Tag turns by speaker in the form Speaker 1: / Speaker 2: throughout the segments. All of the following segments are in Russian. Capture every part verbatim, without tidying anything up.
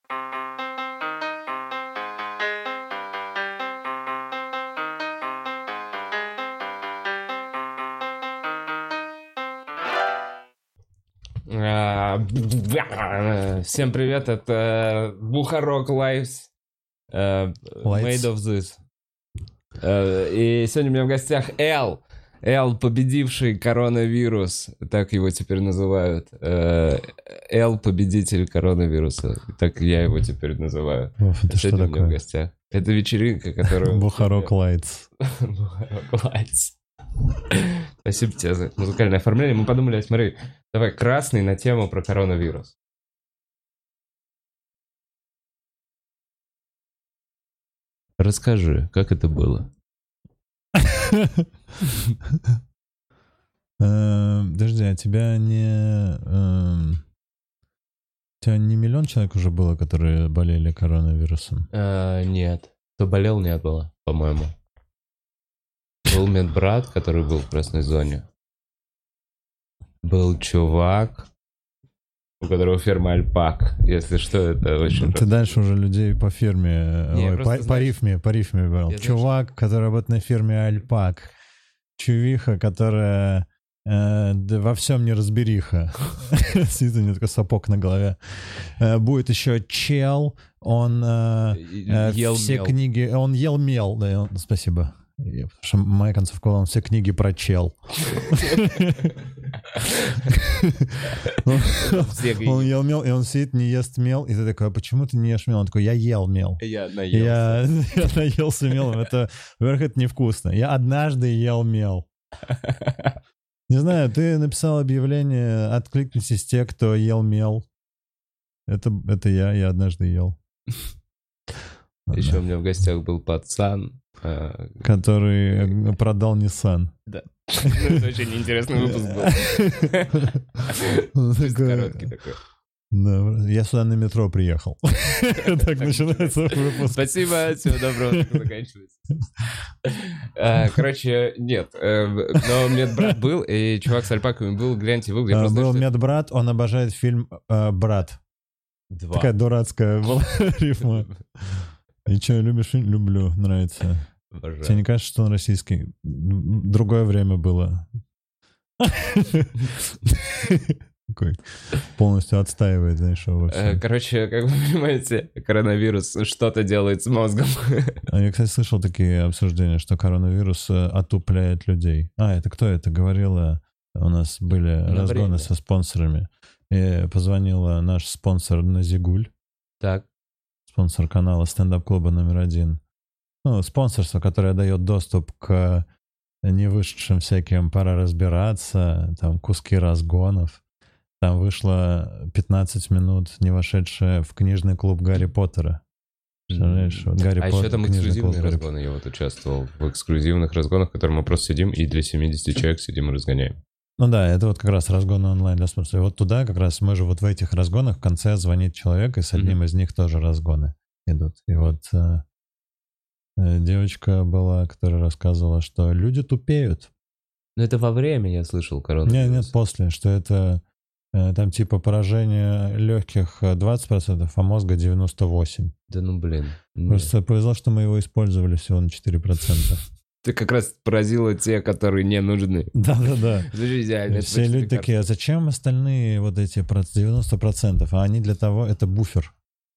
Speaker 1: Всем привет, это Бухарок Lives, uh, Made of This. Uh, и сегодня у меня в гостях Эл, Эл, победивший коронавирус, так его теперь называют. Uh, Эл, победитель коронавируса, так я его теперь называю.
Speaker 2: Оф, это
Speaker 1: сегодня
Speaker 2: что
Speaker 1: у меня в
Speaker 2: такое?
Speaker 1: гостях. Это вечеринка, которую...
Speaker 2: Бухарок Лайтс.
Speaker 1: Бухарок Лайтс. Спасибо тебе за музыкальное оформление. Мы подумали, смотри, давай красный на тему про коронавирус. Расскажи, как это было?
Speaker 2: Подожди, а тебя не... У тебя не миллион человек уже было, которые болели коронавирусом?
Speaker 1: Нет. Кто болел, не было, по-моему. Был медбрат, который был в красной зоне. Был чувак, у которого ферма альпак. Если что, это очень...
Speaker 2: Ты дальше уже людей по фирме,
Speaker 1: Не,
Speaker 2: ой, по,
Speaker 1: знаешь,
Speaker 2: по рифме, по рифме брал.
Speaker 1: Я
Speaker 2: Чувак, который работает на фирме альпак. Чувиха, которая э, да во всем не разбериха. Сидит у него такой сапог на голове. Э, будет еще чел, он э, э,
Speaker 1: Ел
Speaker 2: все
Speaker 1: мел.
Speaker 2: книги... Он ел мел, да, он- спасибо. Я- Потому что моя концовка была, он все книги про чел.
Speaker 1: Все
Speaker 2: Он ел мел, и он сидит, не ест мел, и ты такой, а почему ты не ешь мел? Он такой, я ел мел.
Speaker 1: Я наелся.
Speaker 2: Я, я наелся мелом. Это, во-первых, это невкусно. Я однажды ел мел. Не знаю, ты написал объявление, откликнитесь те, кто ел мел. Это, это я, я однажды ел.
Speaker 1: Еще
Speaker 2: Ладно.
Speaker 1: у меня в гостях был пацан. э,
Speaker 2: Который продал Nissan.
Speaker 1: Да. Это очень интересный выпуск был.
Speaker 2: Он
Speaker 1: Чисто
Speaker 2: такой,
Speaker 1: короткий такой.
Speaker 2: да, я сюда на метро приехал. Так начинается выпуск.
Speaker 1: Спасибо, всего доброго, так заканчивается. А, Короче, нет, э, но медбрат был, и чувак с альпаками был, гляньте, выглядит. Я
Speaker 2: А,
Speaker 1: просто
Speaker 2: Был
Speaker 1: знаю, что
Speaker 2: медбрат, он обожает фильм э, «Брат».
Speaker 1: это два.
Speaker 2: Такая дурацкая была рифма. И что, любишь фильм? Люблю, нравится.
Speaker 1: Обожаю.
Speaker 2: Тебе не кажется, что он российский? Другое время было. Такой полностью отстаивает, знаешь, его во
Speaker 1: Э,
Speaker 2: всем.
Speaker 1: Короче, как вы понимаете, коронавирус что-то делает с мозгом.
Speaker 2: А я, кстати, слышал такие обсуждения, что коронавирус э, отупляет людей. А, это кто это говорила? У нас были разгоны
Speaker 1: время.
Speaker 2: со спонсорами. И позвонила наш спонсор Назигуль,
Speaker 1: Так.
Speaker 2: спонсор канала стендап-клуба номер один. Ну, спонсорство, которое дает доступ к невышедшим всяким «Пора разбираться», там куски разгонов. Там вышло пятнадцать минут, не вошедшее в книжный клуб Гарри Поттера. Представляешь, вот Гарри
Speaker 1: А
Speaker 2: Поттер,
Speaker 1: еще там
Speaker 2: книжный клуб
Speaker 1: эксклюзивные
Speaker 2: Гарри
Speaker 1: разгоны, я вот участвовал в эксклюзивных разгонах, в которых мы просто сидим и для семидесяти человек сидим и разгоняем.
Speaker 2: Ну да, это вот как раз разгоны онлайн для спонсоров. И вот туда как раз мы же вот в этих разгонах в конце звонит человек, и с одним
Speaker 1: Мгм.
Speaker 2: из них тоже разгоны идут. И вот э, э, девочка была, которая рассказывала, что люди тупеют.
Speaker 1: Но это во время, я слышал,
Speaker 2: Нет,
Speaker 1: коронавирус.
Speaker 2: нет, после, что это э, там типа поражение легких э, двадцать процентов, а мозга девяносто восемь процентов.
Speaker 1: Да ну блин. Нет.
Speaker 2: Просто повезло, что мы его использовали всего на четыре процента.
Speaker 1: Ты как раз поразила те, которые не нужны.
Speaker 2: Да-да-да.
Speaker 1: Слушай, идеально. это
Speaker 2: Все
Speaker 1: почти
Speaker 2: люди
Speaker 1: лекарство.
Speaker 2: такие, а зачем остальные вот эти проц- девяносто процентов? А они для того, это буфер.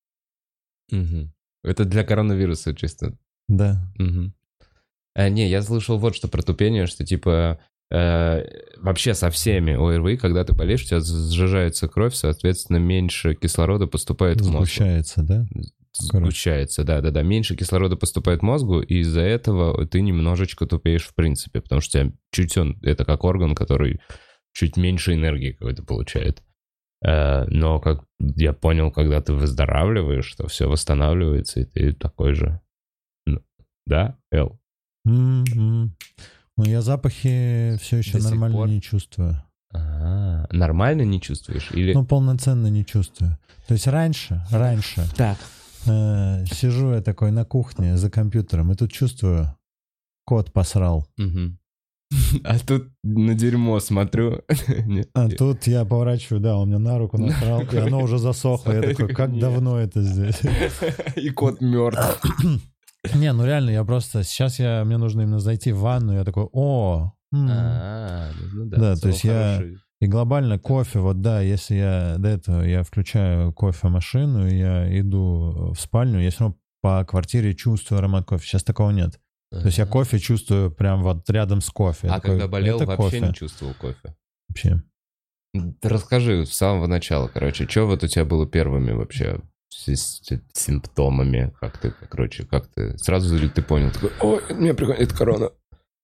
Speaker 1: Мгм. Это для коронавируса чисто.
Speaker 2: Да.
Speaker 1: Мгм. А, не, я слышал вот что про тупение, что типа э, вообще со всеми ОРВИ, когда ты болеешь, у тебя сжижается кровь, соответственно, меньше кислорода поступает в мозг.
Speaker 2: Сгущается, да?
Speaker 1: Сгущается, да-да-да. Меньше кислорода поступает в мозгу, и из-за этого ты немножечко тупеешь в принципе, потому что у тебя чуть он, это как орган, который чуть меньше энергии какой-то получает. Э, но, как я понял, когда ты выздоравливаешь, что все восстанавливается, и ты такой же. Ну, да, Эл?
Speaker 2: М-м. Ну, я запахи все еще
Speaker 1: До сих
Speaker 2: нормально
Speaker 1: пор?
Speaker 2: не чувствую.
Speaker 1: А, нормально не чувствуешь? Или...
Speaker 2: Ну, полноценно не чувствую. То есть раньше, раньше
Speaker 1: так.
Speaker 2: э, сижу я такой на кухне за компьютером, и тут чувствую, кот посрал.
Speaker 1: Мгм. А тут на дерьмо смотрю.
Speaker 2: А тут я поворачиваю, да, он мне на руку насрал, и оно уже засохло. Я такой, как давно это здесь?
Speaker 1: И кот мертв.
Speaker 2: Не, ну реально, я просто... Сейчас я, мне нужно именно зайти в ванну, я такой, о,
Speaker 1: А, ну да.
Speaker 2: Да, то есть я... И глобально кофе, вот да, если я до этого я включаю кофемашину, я иду в спальню, я все равно по квартире чувствую аромат кофе. Сейчас такого нет. То есть я кофе чувствую прям вот рядом с кофе.
Speaker 1: А
Speaker 2: такой,
Speaker 1: когда болел, вообще
Speaker 2: кофе.
Speaker 1: не чувствовал кофе?
Speaker 2: Вообще.
Speaker 1: Расскажи с самого начала, короче, что вот у тебя было первыми вообще с симптомами? Как ты, короче, как ты... Сразу ли ты понял? Такой, ой, меня пригонит корона.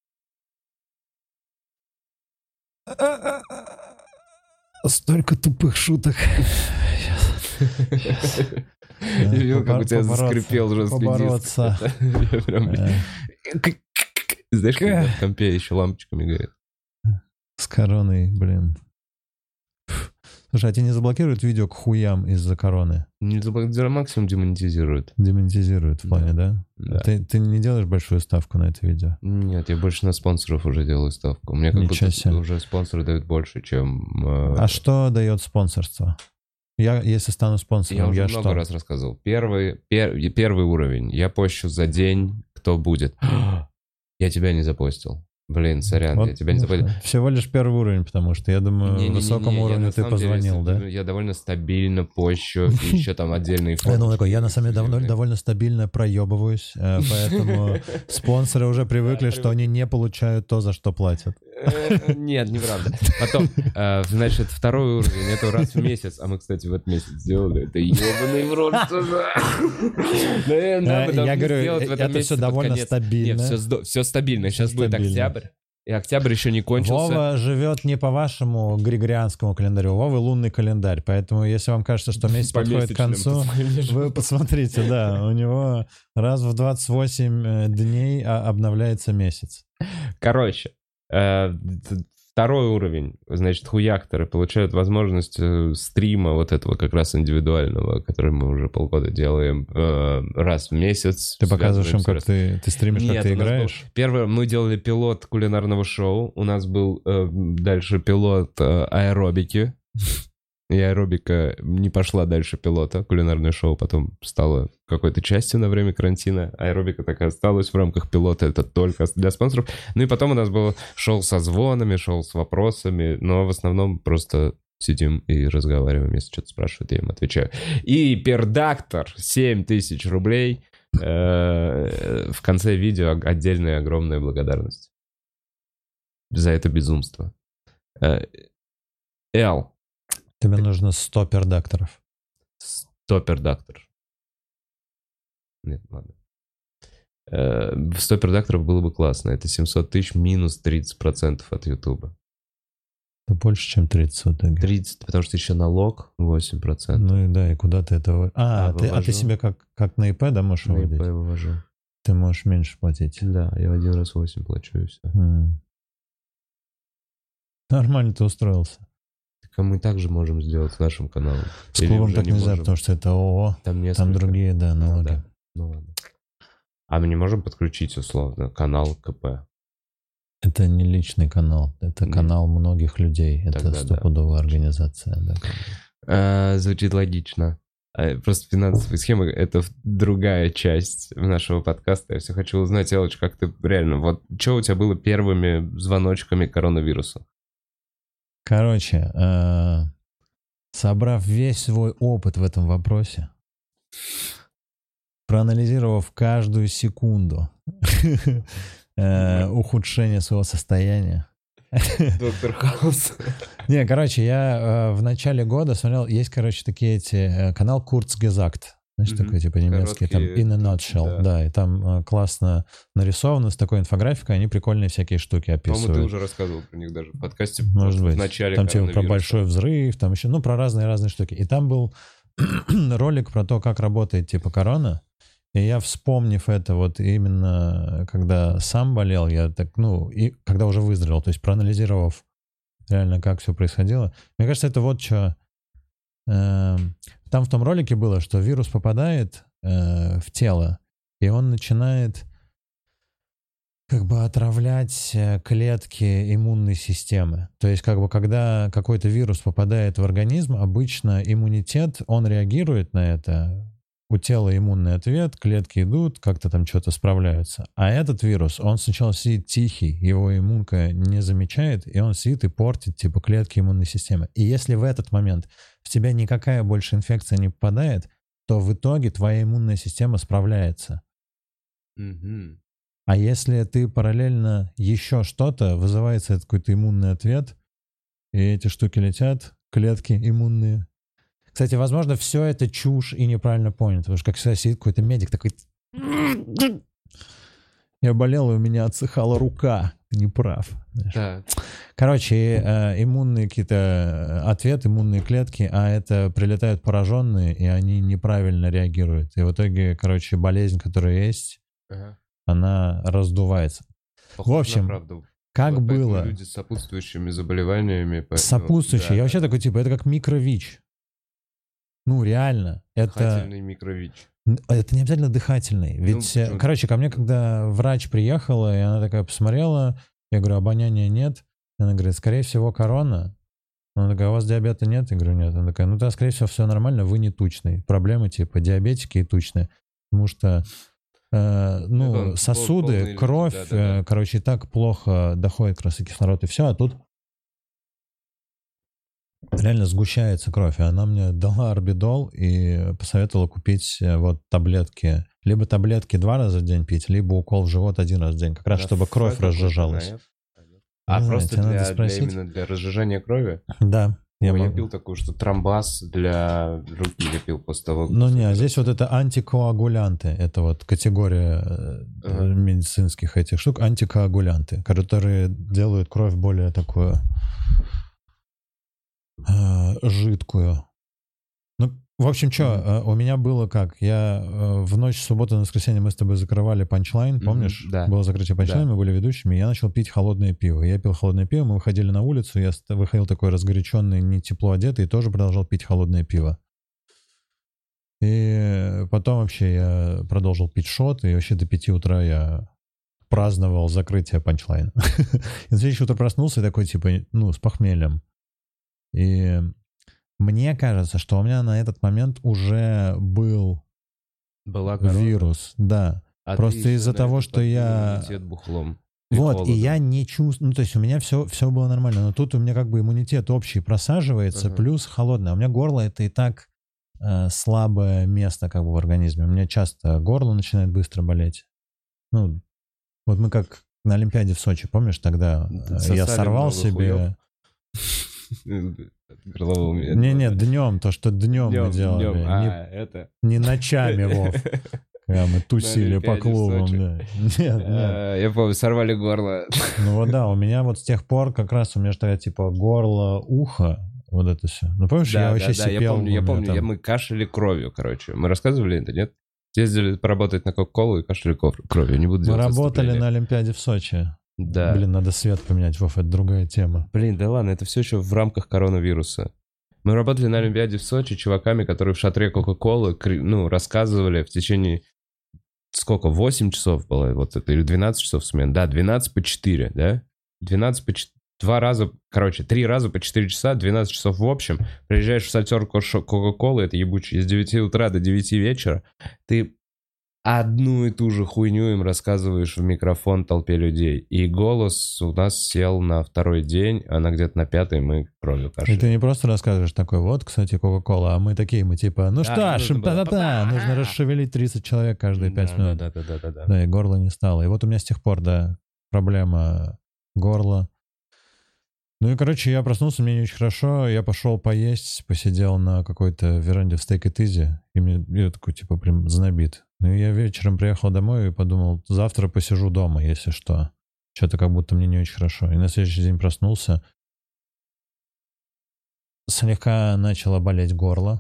Speaker 2: Столько тупых шуток.
Speaker 1: Я видел, как у тебя заскрипел жесткий
Speaker 2: побороться.
Speaker 1: диск. Знаешь, когда в компе еще лампочка мигает.
Speaker 2: С короной, блин. Слушай, а тебе не заблокируют видео к хуям из-за короны?
Speaker 1: Не заблокируют, максимум демонетизируют.
Speaker 2: Демонетизируют в плане, да?
Speaker 1: Да.
Speaker 2: Ты, ты не делаешь большую ставку на это видео?
Speaker 1: Нет, я больше на спонсоров уже делаю ставку. Мне как
Speaker 2: Ничего
Speaker 1: будто
Speaker 2: себе.
Speaker 1: уже спонсоры дают больше, чем... э,
Speaker 2: А что дает спонсорство? Я, если стану спонсором,
Speaker 1: Я уже
Speaker 2: я
Speaker 1: много
Speaker 2: что?
Speaker 1: раз рассказывал. Первый, пер- первый уровень. Я пощу за день, кто будет. Я тебя не запостил. Блин, сорян,
Speaker 2: Вот,
Speaker 1: я тебя не
Speaker 2: ну,
Speaker 1: запостил.
Speaker 2: всего лишь первый уровень, потому что я думаю,
Speaker 1: Не-не-не-не,
Speaker 2: высокому
Speaker 1: я
Speaker 2: уровню
Speaker 1: на
Speaker 2: ты
Speaker 1: самом деле,
Speaker 2: позвонил, да?
Speaker 1: Я довольно стабильно пощу, и еще там отдельные фото.
Speaker 2: Я думал такой, я на самом деле давно, довольно стабильно проебываюсь, э, поэтому спонсоры уже привыкли, что они не получают то, за что платят.
Speaker 1: Э, Нет, неправда. Потом, э, значит, второй уровень, это раз в месяц, а мы, кстати, в этот месяц сделали, это ебаный в рот, что за...
Speaker 2: Э, Я говорю, это все довольно стабильно.
Speaker 1: Нет, все стабильно, сейчас будет
Speaker 2: стабильно.
Speaker 1: октябрь, и октябрь еще не кончился.
Speaker 2: Вова живет не по вашему григорианскому календарю, Вова лунный календарь, поэтому если вам кажется, что месяц
Speaker 1: По
Speaker 2: подходит к концу,
Speaker 1: месячным,
Speaker 2: вы посмотрите, да, у него раз в двадцать восемь дней а, обновляется месяц.
Speaker 1: Короче, э, второй уровень, значит, хуякторы получают возможность э, стрима вот этого как раз индивидуального, который мы уже полгода делаем э, раз в месяц.
Speaker 2: Ты показываешь им, как
Speaker 1: раз.
Speaker 2: ты, ты стримишь,
Speaker 1: Нет,
Speaker 2: как ты
Speaker 1: у нас
Speaker 2: играешь?
Speaker 1: был- Первое, мы делали пилот кулинарного шоу, у нас был э, дальше пилот э, аэробики, и аэробика не пошла дальше пилота, кулинарное шоу потом стало какой-то частью на время карантина, аэробика так и осталась в рамках пилота, это только для спонсоров. Ну и потом у нас было шоу со звонами, шоу с вопросами, но в основном просто сидим и разговариваем, если что-то спрашивают, я им отвечаю. И пердактор, семь тысяч рублей, э, в конце видео отдельная огромная благодарность за это безумство. Э, Эл.
Speaker 2: Тебе нужно сто пердакторов.
Speaker 1: сто пердактор. Нет, ладно. Э, сто пердакторов было бы классно. Это семьсот тысяч минус тридцать процентов от Ютуба.
Speaker 2: Это больше, чем тридцать в итоге.
Speaker 1: тридцать, потому что еще налог восемь процентов.
Speaker 2: Ну и да, и куда ты это... А,
Speaker 1: А,
Speaker 2: ты, а ты
Speaker 1: вывожу.
Speaker 2: себе как, как на ИП, да, можешь
Speaker 1: На ИП
Speaker 2: выводить?
Speaker 1: вывожу.
Speaker 2: Ты можешь меньше платить.
Speaker 1: Да, я в один раз восемь плачу и все.
Speaker 2: М. Нормально ты устроился.
Speaker 1: Так а мы также можем сделать с нашим каналом.
Speaker 2: С
Speaker 1: Или
Speaker 2: клубом
Speaker 1: уже
Speaker 2: так
Speaker 1: не
Speaker 2: нельзя,
Speaker 1: можем?
Speaker 2: потому что это ООО,
Speaker 1: Там,
Speaker 2: там
Speaker 1: несколько.
Speaker 2: другие, да,
Speaker 1: Ну,
Speaker 2: налоги.
Speaker 1: да. Ну ладно. А мы не можем подключить, условно, канал КП?
Speaker 2: Это не личный канал, это
Speaker 1: Нет.
Speaker 2: канал многих людей. Это
Speaker 1: Тогда да.
Speaker 2: стопудовая организация. Да.
Speaker 1: А, звучит логично. А, Просто финансовые схемы — это другая часть нашего подкаста. Я все хочу узнать, Элыч, как ты реально... Вот что у тебя было первыми звоночками коронавируса?
Speaker 2: Короче, э, собрав весь свой опыт в этом вопросе, проанализировав каждую секунду э, ухудшения своего состояния.
Speaker 1: Доктор Хаус.
Speaker 2: Не, короче, я э, в начале года смотрел, есть, короче, такие эти, э, канал Kurzgesagt, знаешь,
Speaker 1: Мгм.
Speaker 2: такой, типа, немецкий, там,
Speaker 1: Короткие,
Speaker 2: in a nutshell,
Speaker 1: да.
Speaker 2: да, и там э, классно нарисовано, с такой инфографикой, они прикольные всякие штуки
Speaker 1: По-моему, ты
Speaker 2: описывают.
Speaker 1: уже рассказывал про них даже в подкасте.
Speaker 2: Может
Speaker 1: просто
Speaker 2: быть.
Speaker 1: В начале
Speaker 2: Там типа про
Speaker 1: коронавируса.
Speaker 2: большой взрыв, там еще, ну, про разные-разные штуки. И там был ролик про то, как работает, типа, корона. И я, вспомнив это вот именно, когда сам болел, я так, ну, и когда уже выздоровел, то есть проанализировав реально, как все происходило. Мне кажется, это вот что... э, там в том ролике было, что вирус попадает э, в тело, и он начинает как бы отравлять клетки иммунной системы. То есть как бы когда какой-то вирус попадает в организм, обычно иммунитет, он реагирует на это, у тела иммунный ответ, клетки идут, как-то там что-то справляются. А этот вирус, он сначала сидит тихий, его иммунка не замечает, и он сидит и портит типа клетки иммунной системы. И если в этот момент в тебя никакая больше инфекция не попадает, то в итоге твоя иммунная система справляется.
Speaker 1: Угу.
Speaker 2: А если ты параллельно еще что-то, вызывается этот какой-то иммунный ответ, и эти штуки летят, клетки иммунные. Кстати, возможно, все это чушь и неправильно понято, потому что, как всегда, сидит какой-то медик такой... Я болел, и у меня отсыхала рука. Ты не прав.
Speaker 1: Да.
Speaker 2: Короче, э, иммунные какие-то ответы, иммунные клетки, а это прилетают пораженные, и они неправильно реагируют. И в итоге, короче, болезнь, которая есть,
Speaker 1: Ага.
Speaker 2: она раздувается.
Speaker 1: Похоже
Speaker 2: В общем,
Speaker 1: на правду.
Speaker 2: как
Speaker 1: Вот поэтому
Speaker 2: было...
Speaker 1: люди с сопутствующими заболеваниями... Поэтому,
Speaker 2: Сопутствующие.
Speaker 1: да,
Speaker 2: Я вообще такой, типа, это как микрович. Ну, реально. Это...
Speaker 1: Дыхательный микрович.
Speaker 2: Это не обязательно дыхательный. Ведь,
Speaker 1: Ну, почему?
Speaker 2: короче, ко мне, когда врач приехала, и она такая посмотрела, я говорю, обоняния нет. Она говорит, скорее всего, корона. Она такая, у вас диабета нет? Я говорю, нет. Она такая, ну да, скорее всего, все нормально, вы не тучный. Проблемы типа диабетики и тучные. Потому что э, ну,
Speaker 1: Это он,
Speaker 2: сосуды,
Speaker 1: полные
Speaker 2: кровь,
Speaker 1: люди, да, да, да.
Speaker 2: Э, короче, и так плохо доходит как раз и кислород, и все, а тут реально сгущается кровь. И она мне дала орбидол и посоветовала купить вот таблетки. Либо таблетки два раза в день пить, либо укол в живот один раз в день. Как раз,
Speaker 1: Да,
Speaker 2: чтобы кровь
Speaker 1: фэ-
Speaker 2: разжижалась.
Speaker 1: А
Speaker 2: Не знаю,
Speaker 1: просто
Speaker 2: тебе надо
Speaker 1: для, для
Speaker 2: спросить.
Speaker 1: именно для разжижения крови?
Speaker 2: Да.
Speaker 1: Я,
Speaker 2: Я
Speaker 1: я
Speaker 2: могу.
Speaker 1: пил такую, что тромбаз для руки я пил после того.
Speaker 2: Ну
Speaker 1: после
Speaker 2: не, а здесь
Speaker 1: операции.
Speaker 2: вот это антикоагулянты. Это вот категория э,
Speaker 1: Ага.
Speaker 2: медицинских этих штук. Антикоагулянты, которые делают кровь более такую э, жидкую. Ну, в общем, что,
Speaker 1: Мгм.
Speaker 2: у меня было как? Я э, в ночь субботы на воскресенье мы с тобой закрывали панчлайн,
Speaker 1: Мгм,
Speaker 2: помнишь?
Speaker 1: да.
Speaker 2: Было закрытие панчлайн,
Speaker 1: Да.
Speaker 2: мы были ведущими, и я начал пить холодное пиво. Я пил холодное пиво, мы выходили на улицу, я ст- выходил такой разгоряченный, не тепло одетый, и тоже продолжал пить холодное пиво. И потом вообще я продолжил пить шот, и вообще до пяти утра я праздновал закрытие панчлайна. И на следующее утро проснулся и такой, типа, ну, с похмельем. И мне кажется, что у меня на этот момент уже был
Speaker 1: Была корона,
Speaker 2: вирус, да.
Speaker 1: а ты
Speaker 2: Просто
Speaker 1: еще
Speaker 2: из-за
Speaker 1: на
Speaker 2: того,
Speaker 1: это
Speaker 2: что
Speaker 1: подбил
Speaker 2: я...
Speaker 1: иммунитет бухлом.
Speaker 2: Вот, и
Speaker 1: холодом.
Speaker 2: я не чувствую... Ну, то есть у меня все, все было нормально, но тут у меня как бы иммунитет общий просаживается,
Speaker 1: Ага.
Speaker 2: плюс холодное. У меня горло — это и так э, слабое место как бы в организме. У меня часто горло начинает быстро болеть. Ну, вот мы как на Олимпиаде в Сочи, помнишь, тогда э,
Speaker 1: Сосали
Speaker 2: я сорвал
Speaker 1: много
Speaker 2: себе...
Speaker 1: Горлового меня-
Speaker 2: Не-не, днем, то, что днем мы
Speaker 1: Днем,
Speaker 2: делали.
Speaker 1: днем,
Speaker 2: Не,
Speaker 1: а, это...
Speaker 2: не ночами, Вов. Когда мы тусили по
Speaker 1: Олимпиаде в
Speaker 2: клубам,
Speaker 1: Сочи.
Speaker 2: да. Нет, нет.
Speaker 1: Э, Я помню, сорвали горло.
Speaker 2: Ну вот да, у меня вот с тех пор как раз у меня же тогда типа горло, ухо, вот это все. Ну помнишь, я
Speaker 1: Да,
Speaker 2: вообще
Speaker 1: да, да, я
Speaker 2: сипел.
Speaker 1: помню,
Speaker 2: у
Speaker 1: я
Speaker 2: меня
Speaker 1: помню,
Speaker 2: там-
Speaker 1: я- мы кашляли кровью, короче. Мы рассказывали это, нет? Ездили поработать на Кока-Колу и кашляли ков- кровью. Не буду
Speaker 2: Мы
Speaker 1: делать
Speaker 2: работали
Speaker 1: отступление.
Speaker 2: на Олимпиаде в Сочи.
Speaker 1: Да.
Speaker 2: Блин, надо свет поменять, Вов, это другая тема.
Speaker 1: Блин, да ладно, это все еще в рамках коронавируса. Мы работали на Олимпиаде в Сочи чуваками, которые в шатре Кока-Колы, кри- ну, рассказывали в течение... Сколько? восемь часов было вот это? Или двенадцать часов смен? Да, двенадцать по четыре, да? двенадцать по четыре. Два раза, короче, три раза по четыре часа, двенадцать часов в общем. Приезжаешь в шатер Ко- Кока-Колы, это ебучий, с девяти утра до девяти вечера. Ты одну и ту же хуйню им рассказываешь в микрофон толпе людей. И голос у нас сел на второй день, а на где-то на пятый мы кровью
Speaker 2: И
Speaker 1: кашляли.
Speaker 2: ты не просто рассказываешь такой, вот, кстати, Кока-Кола, а мы такие, мы типа, ну
Speaker 1: Да,
Speaker 2: что,
Speaker 1: нужно
Speaker 2: шим
Speaker 1: было
Speaker 2: та та
Speaker 1: па-па.
Speaker 2: нужно расшевелить тридцать человек каждые пять
Speaker 1: Да,
Speaker 2: минут.
Speaker 1: Да, да, да, да, да.
Speaker 2: Да, и горло не стало. И вот у меня с тех пор, да, проблема горла. Ну и, короче, я проснулся, мне не очень хорошо, я пошел поесть, посидел на какой-то веранде в Steak It Easy, и мне я такой, типа, прям знобит. Ну и я вечером приехал домой и подумал, завтра посижу дома, если что. Что-то как будто мне не очень хорошо. И на следующий день проснулся, слегка начало болеть горло,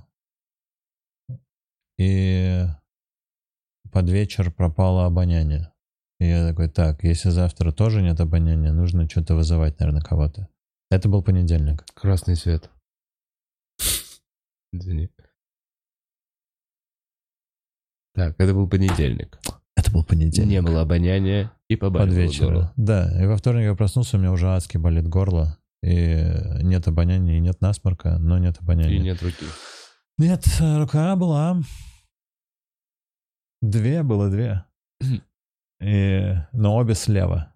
Speaker 2: и под вечер пропало обоняние. И я такой, так, если завтра тоже нет обоняния, нужно что-то вызывать, наверное, кого-то. Это был понедельник.
Speaker 1: Красный свет. Извини. Так, это был понедельник.
Speaker 2: Это Это был понедельник.
Speaker 1: Не было обоняния и побаливало
Speaker 2: Под вечер.
Speaker 1: горло.
Speaker 2: Да, и во вторник я проснулся, у меня уже адски болит горло. И нет обоняния, и нет насморка, но нет обоняния.
Speaker 1: И нет руки.
Speaker 2: Нет, рука была. Две было две. И... Но обе слева.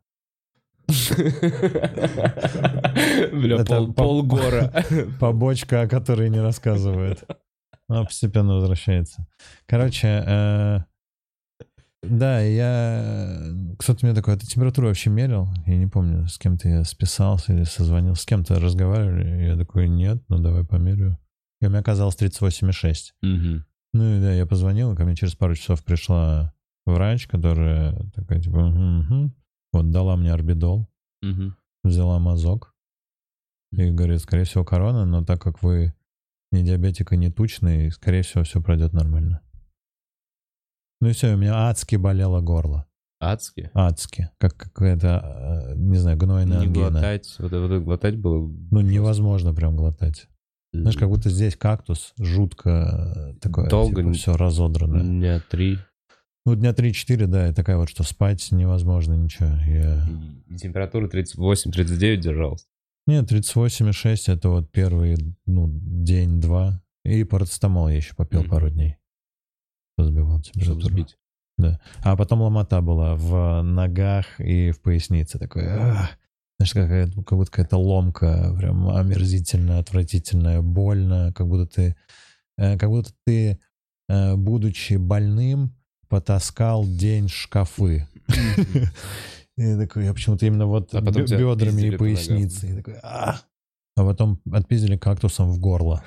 Speaker 1: Бля, пол,
Speaker 2: по-
Speaker 1: полгора.
Speaker 2: Побочка, о которой не рассказывают. Она постепенно возвращается. Короче, э, да, я... Кто-то мне такой, а ты температуру вообще мерил? Я не помню, с кем-то я списался или созвонился. С кем-то разговаривали. Я такой, нет, ну давай померю. И у меня оказалось тридцать восемь и шесть.
Speaker 1: Мгм.
Speaker 2: Ну и да, я позвонил, ко мне через пару часов пришла врач, которая такая, типа, «Угу, угу». Вот, дала мне орбидол,
Speaker 1: Мгм.
Speaker 2: взяла мазок и говорит, скорее всего, корона, но так как вы не диабетик и не тучный, скорее всего, все пройдет нормально. Ну и все, у меня адски болело горло.
Speaker 1: Адски.
Speaker 2: Адски. Как какая-то, э, не знаю, гнойная
Speaker 1: Не
Speaker 2: ангина.
Speaker 1: глотать. Вот это вот глотать было...
Speaker 2: Ну, невозможно прям глотать. Знаешь, как будто здесь кактус жутко э, такое,
Speaker 1: Долго
Speaker 2: типа,
Speaker 1: не-
Speaker 2: все разодрано.
Speaker 1: Дня три.
Speaker 2: Ну, дня три-четыре, да, и такая вот, что спать невозможно, ничего. Я...
Speaker 1: И температура тридцать восемь тридцать девять держалась.
Speaker 2: Нет, тридцать восемь и шесть это вот первый, ну, день-два. И парацетамол я еще попил
Speaker 1: Мгм.
Speaker 2: пару дней. Разбивал
Speaker 1: Чтобы
Speaker 2: температуру.
Speaker 1: сбить.
Speaker 2: Да. А потом ломота была в ногах и в пояснице. Такой, ах, знаешь, какая, как будто какая-то ломка, прям омерзительная, отвратительная, больно, как будто ты, э, как будто ты, э, будучи больным, потаскал день шкафы. И я такой, я почему-то именно вот
Speaker 1: А потом
Speaker 2: бе-
Speaker 1: тебя
Speaker 2: бедрами
Speaker 1: отпиздили
Speaker 2: и
Speaker 1: по ногам.
Speaker 2: поясницей. И такой, а А потом отпиздили кактусом в горло.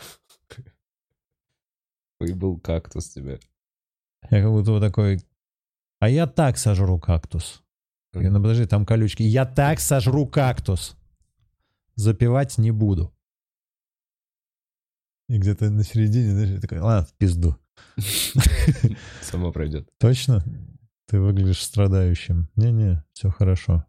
Speaker 1: И был кактус тебе.
Speaker 2: Я как будто вот такой, а я так сожру кактус. Я говорю, ну подожди, там колючки. Я так сожру кактус. Запивать не буду. И где-то на середине, знаешь, я такой, ладно, в пизду.
Speaker 1: Само пройдет.
Speaker 2: Точно? Ты выглядишь страдающим. Не-не, все хорошо.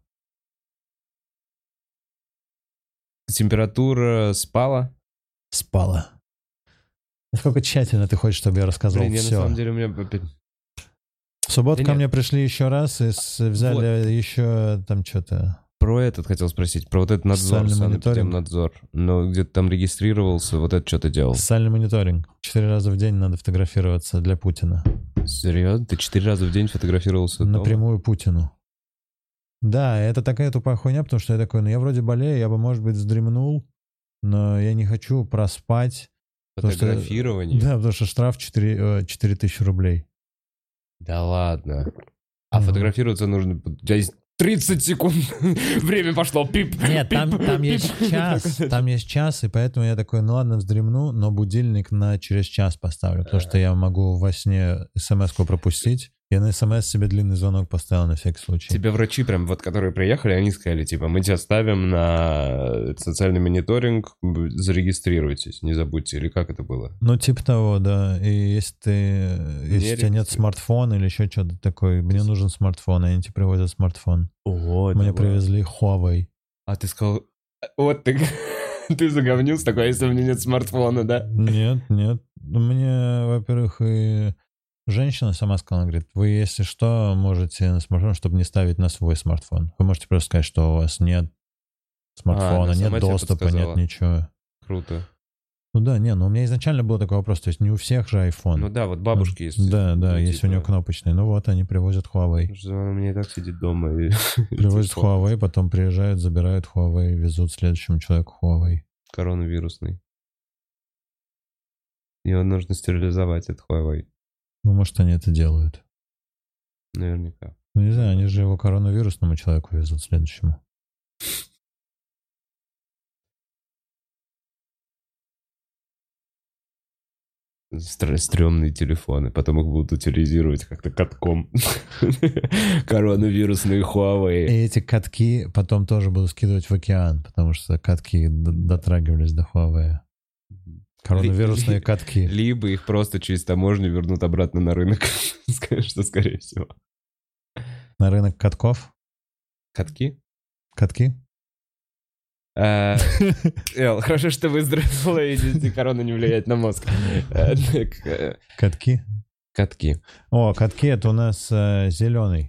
Speaker 1: Температура спала?
Speaker 2: Спала. Насколько тщательно ты хочешь, чтобы я рассказал
Speaker 1: Блин, я на
Speaker 2: все?
Speaker 1: самом деле у меня опять...
Speaker 2: В субботу
Speaker 1: Да
Speaker 2: ко
Speaker 1: нет.
Speaker 2: мне пришли еще раз и с- взяли еще там что-то.
Speaker 1: Про этот хотел спросить, про вот этот надзор,
Speaker 2: Социальный мониторинг.
Speaker 1: санэпидемнадзор. Но где-то там регистрировался, вот это что ты делал?
Speaker 2: Социальный мониторинг. Четыре раза в день надо фотографироваться для Путина.
Speaker 1: Серьезно? Ты четыре раза в день фотографировался дома?
Speaker 2: Напрямую Путину. Да, это такая тупая хуйня, потому что я такой, ну я вроде болею, я бы, может быть, вздремнул, но я не хочу проспать. потому что-
Speaker 1: Фотографирование?
Speaker 2: Да, потому что штраф четыре тысячи рублей.
Speaker 1: Да ладно. А
Speaker 2: Мгм.
Speaker 1: фотографироваться нужно... У тебя есть тридцать секунд. Время пошло. Пип,
Speaker 2: Нет, там,
Speaker 1: пип,
Speaker 2: там
Speaker 1: пип.
Speaker 2: есть час, там есть час, и поэтому я такой, ну ладно, вздремну, но будильник на через час поставлю, потому что я могу во сне смс-ку пропустить. Я на смс себе длинный звонок поставил на всякий случай.
Speaker 1: Тебе врачи прям, вот которые приехали, они сказали, типа, мы тебя ставим на социальный мониторинг, зарегистрируйтесь, не забудьте, или как это было?
Speaker 2: Ну, типа того, да. И если ты, если у тебя нет
Speaker 1: регистрируй.
Speaker 2: смартфона или еще что-то такое, мне нужен смартфон, и они тебе привозят смартфон.
Speaker 1: Ого,
Speaker 2: Мне привезли Huawei.
Speaker 1: А ты сказал, вот ты, ты заговнился такой, а если у меня нет смартфона, да?
Speaker 2: Нет, нет. Мне, во-первых, и женщина сама сказала, она говорит, вы, если что, можете на смартфон, чтобы не ставить на свой смартфон. Вы можете просто сказать, что у вас нет смартфона,
Speaker 1: она
Speaker 2: нет
Speaker 1: сама тебе
Speaker 2: доступа,
Speaker 1: подсказала.
Speaker 2: нет ничего.
Speaker 1: Круто.
Speaker 2: Ну да, не, ну у меня изначально был такой вопрос, то есть не у всех же iPhone.
Speaker 1: Ну да, вот бабушки есть.
Speaker 2: Да, да,
Speaker 1: ну,
Speaker 2: есть у
Speaker 1: типа,
Speaker 2: него кнопочный. Ну вот, они привозят Huawei.
Speaker 1: потому что она у меня и так сидит дома. И...
Speaker 2: Привозят
Speaker 1: телефон
Speaker 2: Huawei, потом приезжают, забирают Huawei, везут следующему человеку Huawei.
Speaker 1: коронавирусный. Его нужно стерилизовать, это Huawei.
Speaker 2: Ну, может, они это делают.
Speaker 1: Наверняка.
Speaker 2: Ну, не знаю, они же его коронавирусному человеку везут следующему.
Speaker 1: Стр- Стрёмные телефоны. Потом их будут утилизировать как-то катком. Коронавирусные
Speaker 2: И
Speaker 1: Huawei.
Speaker 2: эти катки потом тоже будут скидывать в океан, потому что катки д- дотрагивались до Huawei. Коронавирусные
Speaker 1: Ли-
Speaker 2: катки.
Speaker 1: Либо их просто через таможню вернут обратно на рынок. Скажешь, что скорее всего.
Speaker 2: На рынок катков.
Speaker 1: Катки?
Speaker 2: Катки?
Speaker 1: А, Эл, хорошо, что выздоровела, и корона не влияет на мозг. А, так, э,
Speaker 2: Катки?
Speaker 1: Катки.
Speaker 2: О, катки — это у нас э, зеленый.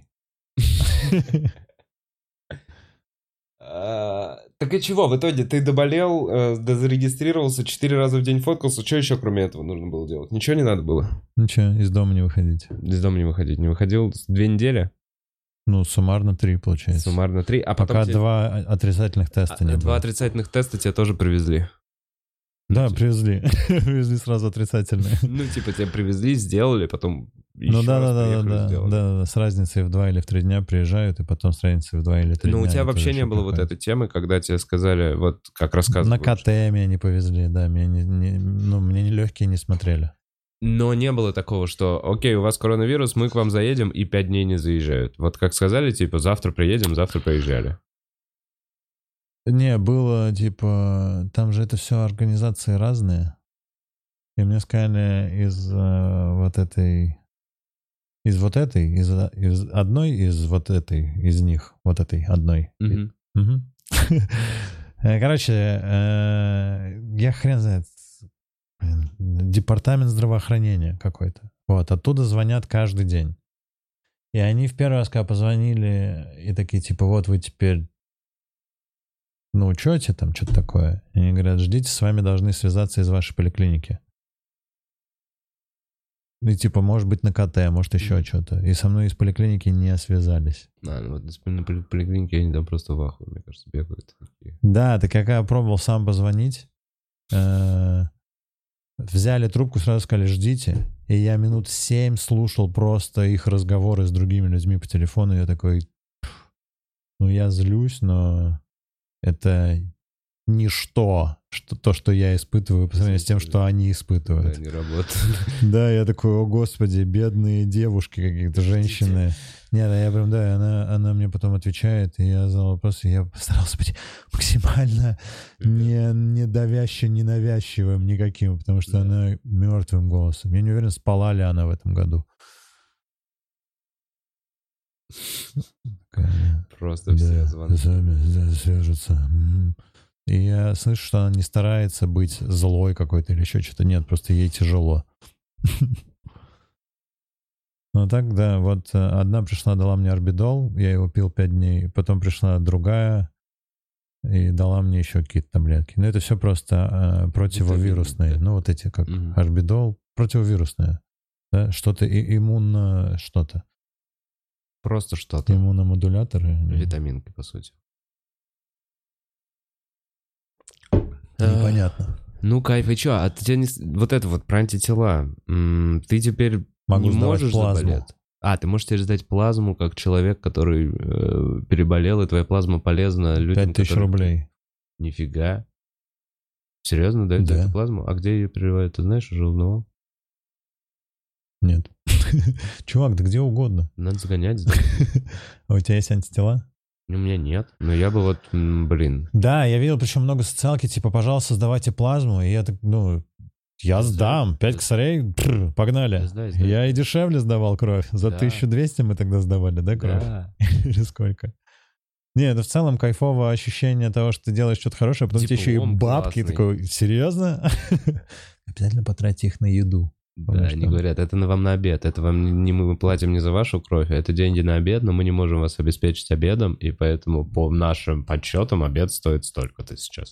Speaker 1: Так и чего, в итоге ты доболел, э, зарегистрировался, четыре раза в день фоткался, что еще кроме этого нужно было делать? Ничего не надо было?
Speaker 2: Ничего, из дома не выходить.
Speaker 1: Из дома не выходить. Не выходил две недели?
Speaker 2: Ну, суммарно три, получается.
Speaker 1: Суммарно три, а потом...
Speaker 2: Пока
Speaker 1: тебе...
Speaker 2: два отрицательных теста
Speaker 1: а,
Speaker 2: не
Speaker 1: Два
Speaker 2: было.
Speaker 1: отрицательных теста тебе тоже привезли?
Speaker 2: Да,
Speaker 1: ну,
Speaker 2: привезли. Привезли сразу отрицательные.
Speaker 1: Ну, типа, тебя привезли, сделали, потом еще
Speaker 2: Ну да,
Speaker 1: раз
Speaker 2: да, да,
Speaker 1: приехали,
Speaker 2: да,
Speaker 1: сделали.
Speaker 2: да, да, с разницей в два или в три дня приезжают, и потом с разницей в два или три дня.
Speaker 1: Ну, у тебя
Speaker 2: они
Speaker 1: вообще
Speaker 2: тоже
Speaker 1: не
Speaker 2: еще
Speaker 1: было вот
Speaker 2: проходят.
Speaker 1: этой темы, когда тебе сказали, вот как рассказывали.
Speaker 2: На КТ меня не повезли, да, меня не, не- ну, мне не легкие не смотрели.
Speaker 1: Но не было такого, что, окей, у вас коронавирус, мы к вам заедем, и пять дней не заезжают. Вот как сказали, типа, завтра приедем, завтра приезжали.
Speaker 2: Не, было, типа, там же это все организации разные. И мне сказали из э, вот этой, из вот этой, из, из одной из вот этой, из них, вот этой одной.
Speaker 1: Мгм.
Speaker 2: Мгм. Э, Короче, э, я хрен знает, блин, департамент здравоохранения какой-то. Вот, оттуда звонят каждый день. И они в первый раз, когда позвонили, и такие, типа, вот вы теперь на учете, там, что-то такое. И они говорят, ждите, с вами должны связаться из вашей поликлиники. И типа, может быть, на КТ, может, еще
Speaker 1: Мгм.
Speaker 2: что-то. И со мной из поликлиники не связались.
Speaker 1: А, ну вот на поли- поликлинике они там просто в ахуе, мне кажется, бегают. такие.
Speaker 2: Да, так как я пробовал сам позвонить, э, взяли трубку, сразу сказали, ждите. И я минут семь слушал просто их разговоры с другими людьми по телефону. И я такой, «Пф, ну я злюсь, но это ничто, что, то, что я испытываю по сравнению с тем, что они
Speaker 1: Да,
Speaker 2: испытывают.
Speaker 1: не работает.
Speaker 2: Да, я такой, о господи, бедные девушки какие-то, женщины. Нет, я прям, да, она, она мне потом отвечает, и я задал вопрос, и я постарался быть максимально не, не давящим, не навязчивым никаким, потому что
Speaker 1: Да.
Speaker 2: она мертвым голосом. Я не уверен, спала ли она в этом году. Такая,
Speaker 1: Просто все
Speaker 2: да,
Speaker 1: звонки.
Speaker 2: с вами да, свяжутся. Мгм. И я слышу, что она не старается быть злой какой-то или еще что-то. Нет, просто ей тяжело. Ну так, да, вот э, одна пришла, дала мне орбидол, я его пил пять дней, потом пришла другая и дала мне еще какие-то таблетки. Но это все просто э, противовирусные.
Speaker 1: да.
Speaker 2: Ну вот эти как
Speaker 1: Мгм.
Speaker 2: орбидол, противовирусное. Да, что-то и, иммунно, что-то.
Speaker 1: Просто что-то.
Speaker 2: Иммуномодуляторы. они
Speaker 1: Витаминки, по сути.
Speaker 2: Непонятно.
Speaker 1: Ну, кайф, и чё? А ты тебя не... с- Вот это вот про антитела. М, Ты теперь
Speaker 2: Могу
Speaker 1: не
Speaker 2: сдавать
Speaker 1: можешь
Speaker 2: плазму.
Speaker 1: заболеть? А, ты можешь теперь сдать плазму как человек, который э, переболел, и твоя плазма полезна людям,
Speaker 2: Пять тысяч
Speaker 1: которые-
Speaker 2: рублей.
Speaker 1: Нифига. Серьезно, дают за
Speaker 2: Да.
Speaker 1: эту плазму? А где ее переливают, ты знаешь, уже узнавал?
Speaker 2: Нет. Чувак, да где угодно.
Speaker 1: Надо загонять, сдать.
Speaker 2: А у тебя есть антитела?
Speaker 1: У меня нет. Но я бы вот, м, блин.
Speaker 2: Да, я видел, причем много социалки, типа, пожалуйста, сдавайте плазму. И я так, ну, я сдам. Пять косарей, прр, погнали.
Speaker 1: Сдай, сдай.
Speaker 2: Я и дешевле сдавал кровь. За
Speaker 1: Да.
Speaker 2: тысячу двести мы тогда сдавали, да, кровь?
Speaker 1: Да.
Speaker 2: Или сколько? Не, ну в целом кайфовое ощущение того, что ты делаешь что-то хорошее, а потом тебе еще и
Speaker 1: Диплом
Speaker 2: бабки.
Speaker 1: классный.
Speaker 2: Такой, серьезно? Обязательно потратьте их на еду.
Speaker 1: Да,
Speaker 2: Потому
Speaker 1: они
Speaker 2: что-
Speaker 1: говорят, это на вам на обед, это вам не мы платим не за вашу кровь, а это деньги на обед, но мы не можем вас обеспечить обедом, и поэтому по нашим подсчетам обед стоит столько-то сейчас.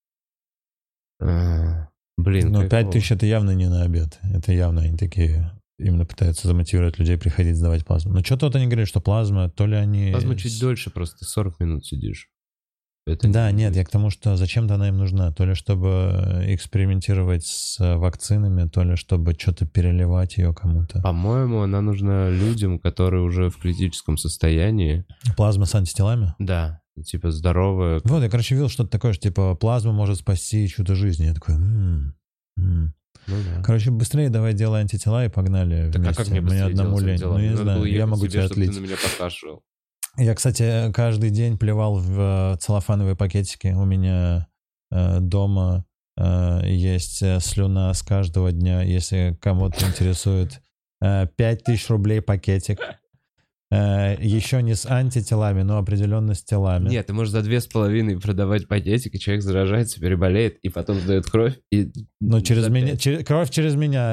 Speaker 1: А, Блин,
Speaker 2: Ну,
Speaker 1: кайфово.
Speaker 2: пять тысяч это явно не на обед. Это явно они такие именно пытаются замотивировать людей приходить сдавать плазму. Но что-то вот они говорят, что плазма, то ли они...
Speaker 1: Плазма чуть дольше, просто сорок минут сидишь. Это
Speaker 2: Да,
Speaker 1: не-
Speaker 2: нет, я к тому, что зачем-то она им нужна. То ли чтобы экспериментировать с вакцинами, то ли чтобы что-то переливать ее кому-то.
Speaker 1: По-моему, она нужна людям, которые уже в критическом состоянии.
Speaker 2: Плазма с антителами?
Speaker 1: Да, типа здоровая.
Speaker 2: Вот, я, короче, видел что-то такое, что типа плазма может спасти чудо жизни. Я такой, м-м, м.
Speaker 1: Ну да.
Speaker 2: Короче, быстрее давай делай антитела и погнали
Speaker 1: Так а
Speaker 2: вместе.
Speaker 1: как мне быстрее
Speaker 2: одному
Speaker 1: делать
Speaker 2: лень.
Speaker 1: дела?
Speaker 2: Ну, я
Speaker 1: Мне
Speaker 2: не
Speaker 1: надо было
Speaker 2: знаю, я
Speaker 1: ехать
Speaker 2: могу
Speaker 1: тебе,
Speaker 2: тебя
Speaker 1: чтобы ты
Speaker 2: отлить.
Speaker 1: на меня покашивал.
Speaker 2: Я, кстати, каждый день плевал в э, целлофановые пакетики. У меня э, дома э, есть э, слюна с каждого дня. Если кому-то интересует, э, пять тысяч рублей пакетик. Э, еще не с антителами, но определенно с телами.
Speaker 1: Нет, ты можешь за две с половиной продавать пакетик, и человек заражается, переболеет, и потом сдает кровь. И
Speaker 2: Ну, через меня... Через, кровь через меня.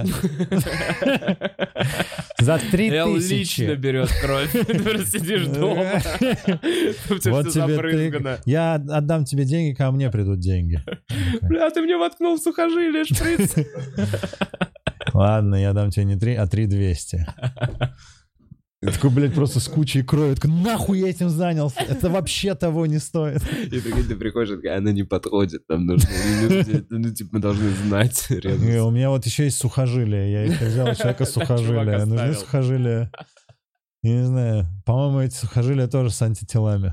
Speaker 2: За три
Speaker 1: Эл
Speaker 2: тысячи.
Speaker 1: лично берет кровь. Ты просто сидишь дома.
Speaker 2: Вот тебе три... Я отдам тебе деньги, ко мне придут деньги.
Speaker 1: Бля, ты мне воткнул в сухожилие шприц.
Speaker 2: Ладно, я дам тебе не три, а три двести. Я такой, блядь, просто с кучей крови. Такой, нахуй я этим занялся? Это вообще того не стоит.
Speaker 1: И такой, ты приходишь, такая, она не подходит. Нам нужно, ну, типа, мы должны знать.
Speaker 2: И у меня вот еще есть сухожилия. Я их взял у человека сухожилия. Нужны сухожилия. Я не знаю. По-моему, эти сухожилия тоже с антителами.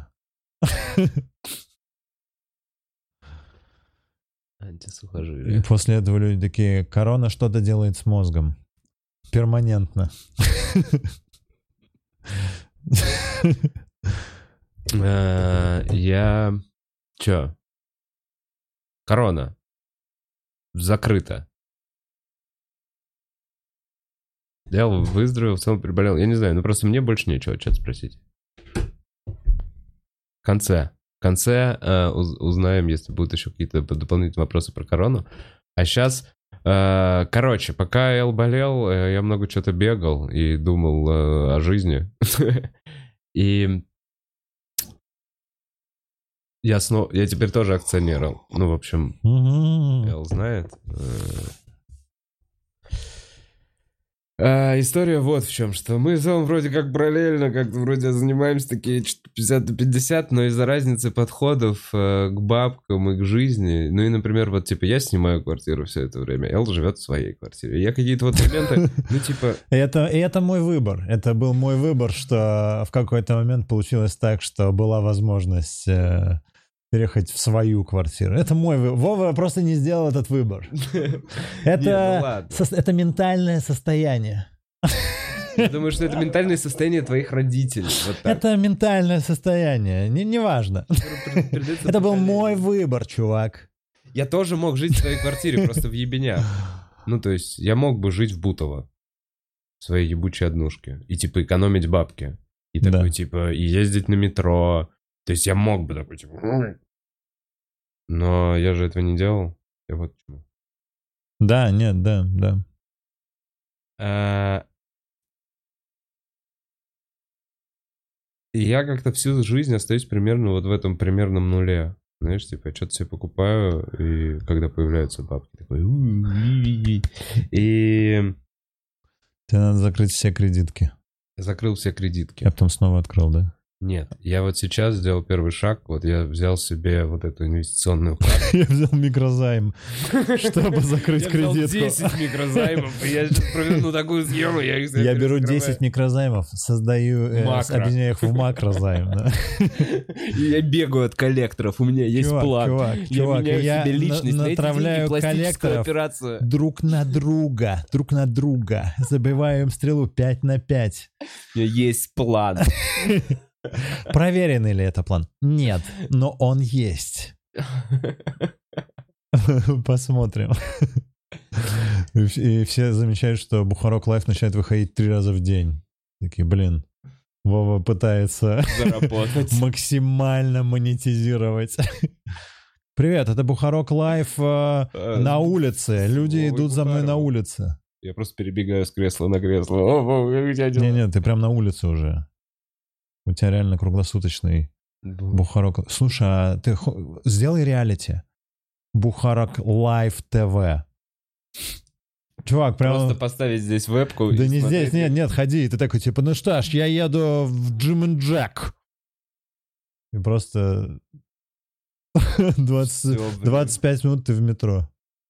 Speaker 1: Антисухожилия.
Speaker 2: И после этого люди такие, корона что-то делает с мозгом. Перманентно.
Speaker 1: Я... Чё? Корона. Закрыто. Я выздоровел, в целом приболел. Я не знаю, ну просто мне больше нечего что-то спросить. В конце. В конце э, узнаем, если будут еще какие-то дополнительные вопросы про корону. А сейчас... Э, короче, пока Эл болел, э, я много чего-то бегал и думал э, о жизни. И... Я снова... Я теперь тоже акционерил. Ну, в общем, Эл знает. А, история вот в чем, что мы с вами вроде как параллельно, как-то вроде занимаемся такие пятьдесят на пятьдесят, но из-за разницы подходов э, к бабкам и к жизни, ну и, например, вот типа я снимаю квартиру все это время, Эл живет в своей квартире. Я какие-то вот моменты, ну типа...
Speaker 2: Это, это мой выбор. Это был мой выбор, что в какой-то момент получилось так, что была возможность... Э... переехать в свою квартиру. Это мой выбор. Вова просто не сделал этот выбор. Это, со, это ментальное состояние.
Speaker 1: Я думаю, что это ментальное состояние твоих родителей. Вот
Speaker 2: это ментальное состояние. Не, не важно. Это был мой выбор, чувак.
Speaker 1: Я тоже мог жить в своей квартире, просто в ебенях. Ну, то есть, я мог бы жить в Бутово. В своей ебучей однушке. И, типа, экономить бабки. И такой, да. типа, и ездить на метро. То есть я мог бы такой, типа... Но я же этого не делал. И вот почему.
Speaker 2: Да, нет, да, да.
Speaker 1: А... И я как-то всю жизнь остаюсь примерно вот в этом примерном нуле. Знаешь, типа, я что-то себе покупаю, и когда появляются бабки, такой... И...
Speaker 2: Тебе надо закрыть все кредитки.
Speaker 1: Я закрыл все кредитки.
Speaker 2: Я потом снова открыл, да?
Speaker 1: Нет, я вот сейчас сделал первый шаг, вот я взял себе вот эту инвестиционную карту.
Speaker 2: Я взял микрозайм, чтобы закрыть кредитку.
Speaker 1: Я взял десять микрозаймов, и я сейчас проверну такую схему, я их
Speaker 2: Я беру десять микрозаймов, создаю, объединяю их в макрозайм.
Speaker 1: И я бегаю от коллекторов, у меня есть план.
Speaker 2: Чувак, чувак, я натравляю коллекторов друг на друга, друг на друга. Забиваю им стрелу пять на пять.
Speaker 1: У меня есть план.
Speaker 2: Проверенный ли это план? Нет, но он есть. Посмотрим. И все замечают, что Бухарок Лайф начинает выходить три раза в день. Такие, блин, Вова пытается
Speaker 1: заработать,
Speaker 2: максимально монетизировать. Привет, это Бухарок Лайф э, на улице. Люди идут за мной на улице.
Speaker 1: Я просто перебегаю с кресла на кресло. О, Вова, как у тебя дела?
Speaker 2: Не-не, ты прям на улице уже. У тебя реально круглосуточный да. Бухарок. Слушай, а ты хо... сделай реалити. Бухарок Лайв ТВ. Чувак, прям...
Speaker 1: Просто поставить здесь вебку.
Speaker 2: Да
Speaker 1: и
Speaker 2: не
Speaker 1: смотреть.
Speaker 2: Здесь, нет, нет, ходи. Ты такой, типа, ну что ж, я еду в Джим энд Джек. И просто двадцать, Все, двадцать пять минут ты в метро.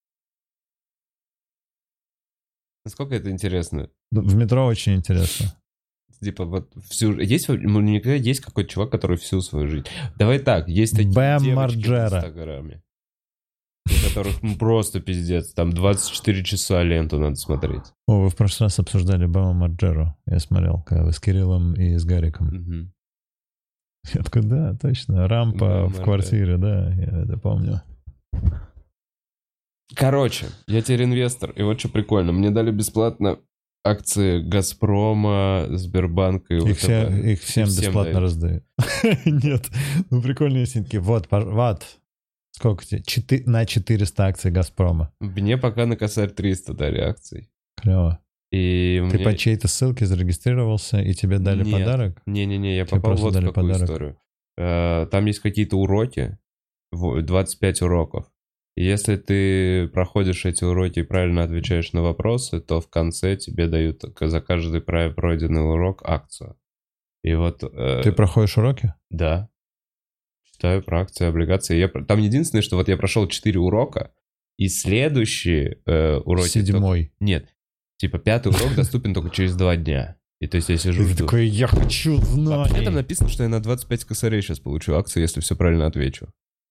Speaker 1: Насколько это интересно?
Speaker 2: В метро очень интересно.
Speaker 1: Типа вот всю... Есть, никогда есть какой-то чувак, который всю свою жизнь... Давай так, есть такие
Speaker 2: Бэм
Speaker 1: девочки
Speaker 2: Марджера.
Speaker 1: в Инстаграме, у которых ну, просто пиздец. Там двадцать четыре часа ленту надо смотреть.
Speaker 2: О, вы в прошлый раз обсуждали Бэма Марджеру. Я смотрел, когда вы с Кириллом и с Гариком.
Speaker 1: Угу.
Speaker 2: Я такой, да, точно. Рампа Бэм в Марджера. Квартире, да, я это помню.
Speaker 1: Короче, я теперь инвестор. И вот что прикольно. Мне дали бесплатно акции Газпрома, Сбербанка и
Speaker 2: Их, все, их всем,
Speaker 1: всем
Speaker 2: бесплатно
Speaker 1: дают.
Speaker 2: раздают. Нет, ну прикольные есть такие. Вот, вот, сколько тебе? Четы- на четыреста акций Газпрома.
Speaker 1: Мне пока на косарь триста дали акций.
Speaker 2: Клево.
Speaker 1: И у
Speaker 2: Ты
Speaker 1: меня...
Speaker 2: по чьей-то ссылке зарегистрировался, и тебе дали
Speaker 1: Нет.
Speaker 2: подарок?
Speaker 1: Не-не-не, я
Speaker 2: Тебе
Speaker 1: попал
Speaker 2: просто
Speaker 1: вот в
Speaker 2: дали
Speaker 1: какую
Speaker 2: подарок.
Speaker 1: историю. Э, Там есть какие-то уроки, в- двадцать пять уроков. И если ты проходишь эти уроки и правильно отвечаешь на вопросы, то в конце тебе дают к- за каждый пра- пройденный урок акцию. И вот... э,
Speaker 2: Ты проходишь уроки?
Speaker 1: Да. Читаю про акции, облигации. Я... про- Там единственное, что вот я прошел четыре урока, и следующие э, уроки...
Speaker 2: Седьмой.
Speaker 1: только- Нет. Типа пятый урок доступен только через два дня. И то есть я сижу,
Speaker 2: Ты
Speaker 1: жду.
Speaker 2: такой, я хочу
Speaker 1: Вообще там
Speaker 2: знаний.
Speaker 1: написано, что я на двадцать пять косарей сейчас получу акции, если все правильно отвечу.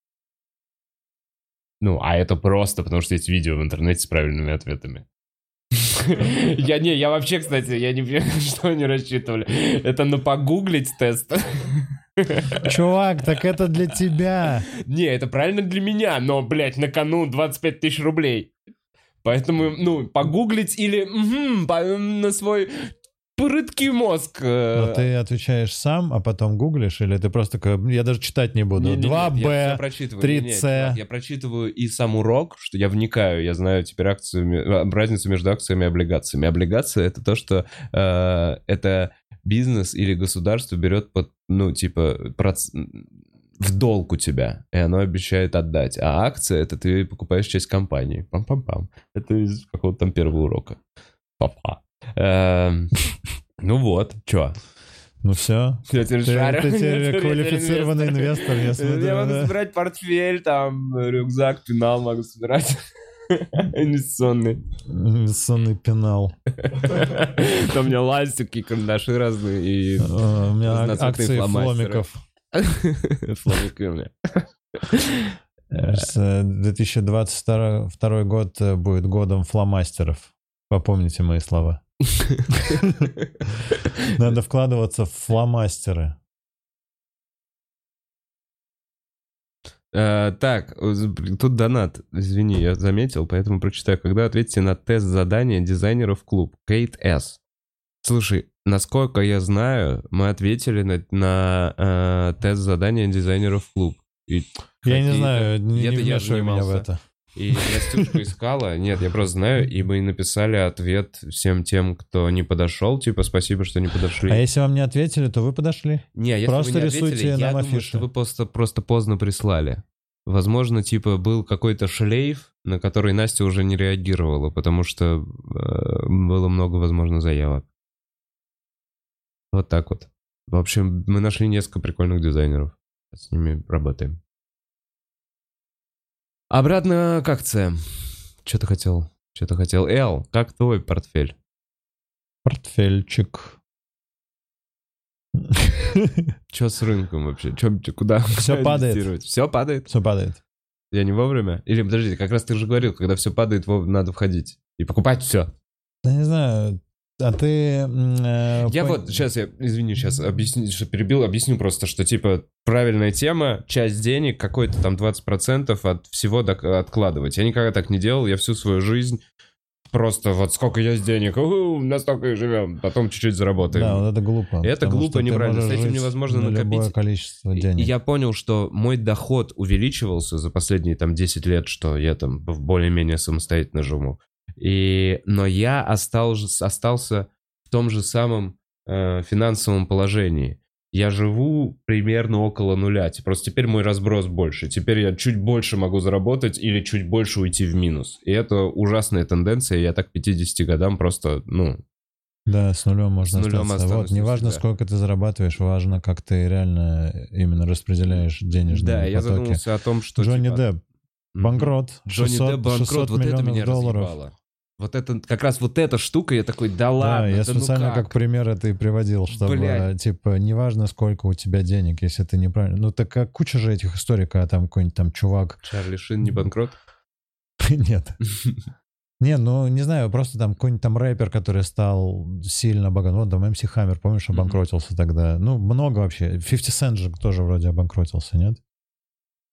Speaker 1: Ну, а это просто, потому что есть видео в интернете с правильными ответами. Я не, я вообще, кстати, я не понимаю, что они рассчитывали. Это на погуглить тест.
Speaker 2: Чувак, так это для тебя.
Speaker 1: Не, это правильно для меня, но, блядь, на кону двадцать пять тысяч рублей. Поэтому, ну, погуглить или мгм, по- на свой прыткий мозг. э,
Speaker 2: Но ты отвечаешь сам, а потом гуглишь, или ты просто такой, я даже читать не буду.
Speaker 1: Не-не-не,
Speaker 2: два
Speaker 1: я
Speaker 2: бэ,
Speaker 1: всё прочитываю.
Speaker 2: три
Speaker 1: Не-не,
Speaker 2: цэ.
Speaker 1: чувак, я прочитываю и сам урок, что я вникаю, я знаю теперь акциями, а, разницу между акциями и облигациями. Облигация — это то, что э, это бизнес или государство берет под, ну, типа, проц... в долг у тебя, и оно обещает отдать. А акция — это ты покупаешь часть компании. Пам-пам-пам. Это из какого-то там первого урока. Папа. Эм, Ну вот, чё?
Speaker 2: Ну все.
Speaker 1: Я теперь
Speaker 2: Ты,
Speaker 1: шарю.
Speaker 2: ты
Speaker 1: Я
Speaker 2: теперь
Speaker 1: теперь
Speaker 2: квалифицированный инвестор, я смотрю.
Speaker 1: Я могу
Speaker 2: да.
Speaker 1: собирать портфель, там, рюкзак, пенал могу собирать. Инвестиционный.
Speaker 2: Инвестиционный пенал.
Speaker 1: Там у меня ластики, карандаши разные и
Speaker 2: А, У меня
Speaker 1: разноцветные
Speaker 2: акции
Speaker 1: фломастеры.
Speaker 2: фломиков.
Speaker 1: фломики у меня.
Speaker 2: Кажется, две тысячи двадцать второй год будет годом фломастеров. Попомните мои слова. Надо вкладываться в фломастеры.
Speaker 1: Э, Так, блин, тут донат. Извини, я заметил, поэтому прочитаю. Когда ответите на тест задания дизайнеров в клуб? Кейт С. Слушай, насколько я знаю, мы ответили на, на э, тест задания дизайнеров в клуб. И
Speaker 2: Я не
Speaker 1: какие-то-
Speaker 2: знаю, не, не
Speaker 1: это я
Speaker 2: вмешивай меня в
Speaker 1: занимался.
Speaker 2: это.
Speaker 1: И Настюшка искала. Нет, я просто знаю, и мы написали ответ всем тем, кто не подошел. Типа, спасибо, что не подошли.
Speaker 2: А если вам не ответили, то вы подошли.
Speaker 1: Не, если
Speaker 2: просто
Speaker 1: вы не
Speaker 2: рисуйте
Speaker 1: ответили, я
Speaker 2: нам
Speaker 1: думаю,
Speaker 2: афиши.
Speaker 1: что вы просто, просто поздно прислали. Возможно, типа, был какой-то шлейф, на который Настя уже не реагировала, потому что э, было много, возможно, заявок. Вот так вот. В общем, мы нашли несколько прикольных дизайнеров. С ними работаем. Обратно к акциям. Что ты хотел? Что ты хотел? Эл, как твой портфель?
Speaker 2: Портфельчик.
Speaker 1: Что с рынком вообще? Чё, куда?
Speaker 2: Всё
Speaker 1: куда
Speaker 2: падает.
Speaker 1: инвестировать? Все падает?
Speaker 2: Все падает.
Speaker 1: Я не вовремя? Или, подождите, как раз ты же говорил, когда все падает, вов- надо входить и покупать все.
Speaker 2: Да не знаю. А ты... э,
Speaker 1: Я
Speaker 2: пон-
Speaker 1: вот, сейчас я, извини, сейчас объясню, что перебил, объясню просто, что, типа, правильная тема, часть денег, какой-то там двадцать процентов от всего док- откладывать. Я никогда так не делал, я всю свою жизнь просто вот сколько есть денег, у настолько и живем, потом чуть-чуть заработаем.
Speaker 2: Да, вот это глупо.
Speaker 1: Это
Speaker 2: потому
Speaker 1: глупо,
Speaker 2: что ты
Speaker 1: неправильно. С
Speaker 2: можешь
Speaker 1: этим
Speaker 2: жить
Speaker 1: невозможно
Speaker 2: на любое
Speaker 1: накопить.
Speaker 2: количество
Speaker 1: И-
Speaker 2: денег.
Speaker 1: И я понял, что мой доход увеличивался за последние там десять лет, что я там в более-менее самостоятельно живу. И, но я остался, остался в том же самом э, финансовом положении. Я живу примерно около нуля. Т- Просто теперь мой разброс больше. Теперь я чуть больше могу заработать или чуть больше уйти в минус. И это ужасная тенденция. Я так к пятидесяти годам просто, ну...
Speaker 2: Да, с нулем можно
Speaker 1: С нулем
Speaker 2: остаться.
Speaker 1: останусь
Speaker 2: Вот, неважно,
Speaker 1: навсегда.
Speaker 2: сколько ты зарабатываешь, важно, как ты реально именно распределяешь денежные
Speaker 1: Да, я
Speaker 2: потоки.
Speaker 1: задумался о том, что...
Speaker 2: Джонни
Speaker 1: типа,
Speaker 2: Депп,
Speaker 1: мгм.
Speaker 2: банкрот,
Speaker 1: Джонни
Speaker 2: шестьсот,
Speaker 1: Депп банкрот,
Speaker 2: шестьсот
Speaker 1: вот это
Speaker 2: миллионов
Speaker 1: меня
Speaker 2: долларов.
Speaker 1: разъебало. Вот это, как раз вот эта штука, я такой, да ладно,
Speaker 2: Да, я
Speaker 1: да ну
Speaker 2: специально как?
Speaker 1: как?
Speaker 2: пример это и приводил, чтобы,
Speaker 1: Блядь.
Speaker 2: типа, неважно, сколько у тебя денег, если ты неправильно... Ну, так а куча же этих историй, когда там какой-нибудь там чувак...
Speaker 1: Чарли Шин не банкрот?
Speaker 2: Нет. Не, ну, не знаю, просто там какой-нибудь там рэпер, который стал сильно богатым. Вот там эм си Hammer, помнишь,
Speaker 1: Мгм.
Speaker 2: обанкротился тогда. Ну, много вообще. фифти Cent же тоже вроде обанкротился, нет?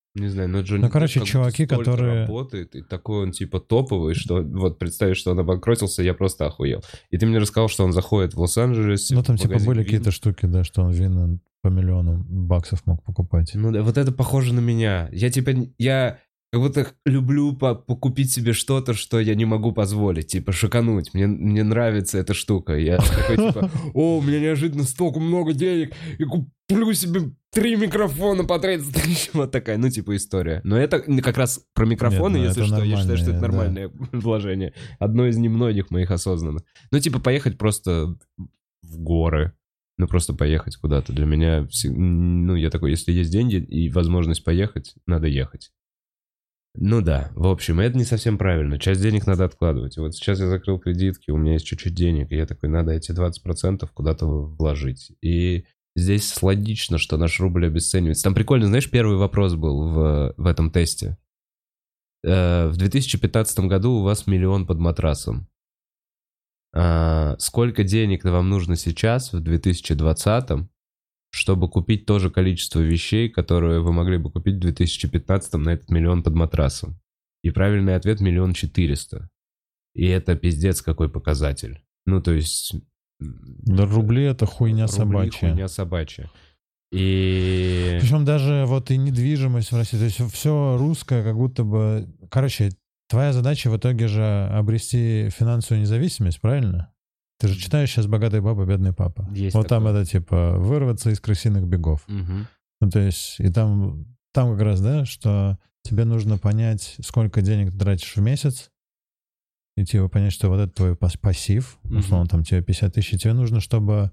Speaker 1: Не знаю, но Джонни
Speaker 2: Ну,
Speaker 1: Депп
Speaker 2: короче,
Speaker 1: как будто
Speaker 2: чуваки,
Speaker 1: столько
Speaker 2: которые-
Speaker 1: работает, и такой он типа топовый, что вот представить, что он обанкротился, я просто охуел. И ты мне рассказал, что он заходит в Лос-Анджелесе.
Speaker 2: Ну, там
Speaker 1: в
Speaker 2: типа
Speaker 1: магазин
Speaker 2: были
Speaker 1: вин.
Speaker 2: какие-то штуки, да, что он вина по миллиону баксов мог покупать.
Speaker 1: Ну да, вот это похоже на меня. Я типа, я как будто люблю по- покупить себе что-то, что я не могу позволить, типа шикануть. Мне, мне нравится эта штука. Я такой типа, о, у меня неожиданно столько много денег, и куплю себе три микрофона по тридцать тысяч. Вот такая, ну типа история. Но это как раз про микрофоны,
Speaker 2: Нет, ну,
Speaker 1: если
Speaker 2: это
Speaker 1: что, я считаю, что это
Speaker 2: нормальные,
Speaker 1: нормальное вложение. Одно из немногих моих осознанных. Ну типа поехать просто в горы. Ну, просто поехать куда-то. Для меня, всег- ну, я такой, если есть деньги и возможность поехать, надо ехать. Ну да, в общем, это не совсем правильно. Часть денег надо откладывать. И вот сейчас я закрыл кредитки, у меня есть чуть-чуть денег, и я такой, надо эти двадцать процентов куда-то вложить. И здесь логично, что наш рубль обесценивается. Там прикольно, знаешь, первый вопрос был в, в этом тесте. Э, в две тысячи пятнадцатом году у вас миллион под матрасом. А, сколько денег вам нужно сейчас, в две тысячи двадцатом, чтобы купить то же количество вещей, которые вы могли бы купить в две тысячи пятнадцатом на этот миллион под матрасом? И правильный ответ — миллион четыреста. И это пиздец какой показатель. Ну, то есть...
Speaker 2: Да рубли — это хуйня
Speaker 1: рубли
Speaker 2: собачья.
Speaker 1: хуйня собачья. И...
Speaker 2: Причем даже вот и недвижимость в России, то есть все русское как будто бы... Короче, твоя задача в итоге же обрести финансовую независимость, правильно? Ты же читаешь сейчас «Богатый папа, бедный папа».
Speaker 1: Есть
Speaker 2: вот там
Speaker 1: такое.
Speaker 2: это типа вырваться из крысиных бегов.
Speaker 1: Мгм.
Speaker 2: Ну, то есть, и там, там как раз, да, что тебе нужно понять, сколько денег ты тратишь в месяц, и типа понять, что вот это твой пас- пассив, условно,
Speaker 1: Мгм.
Speaker 2: там тебе пятьдесят тысяч, и тебе нужно, чтобы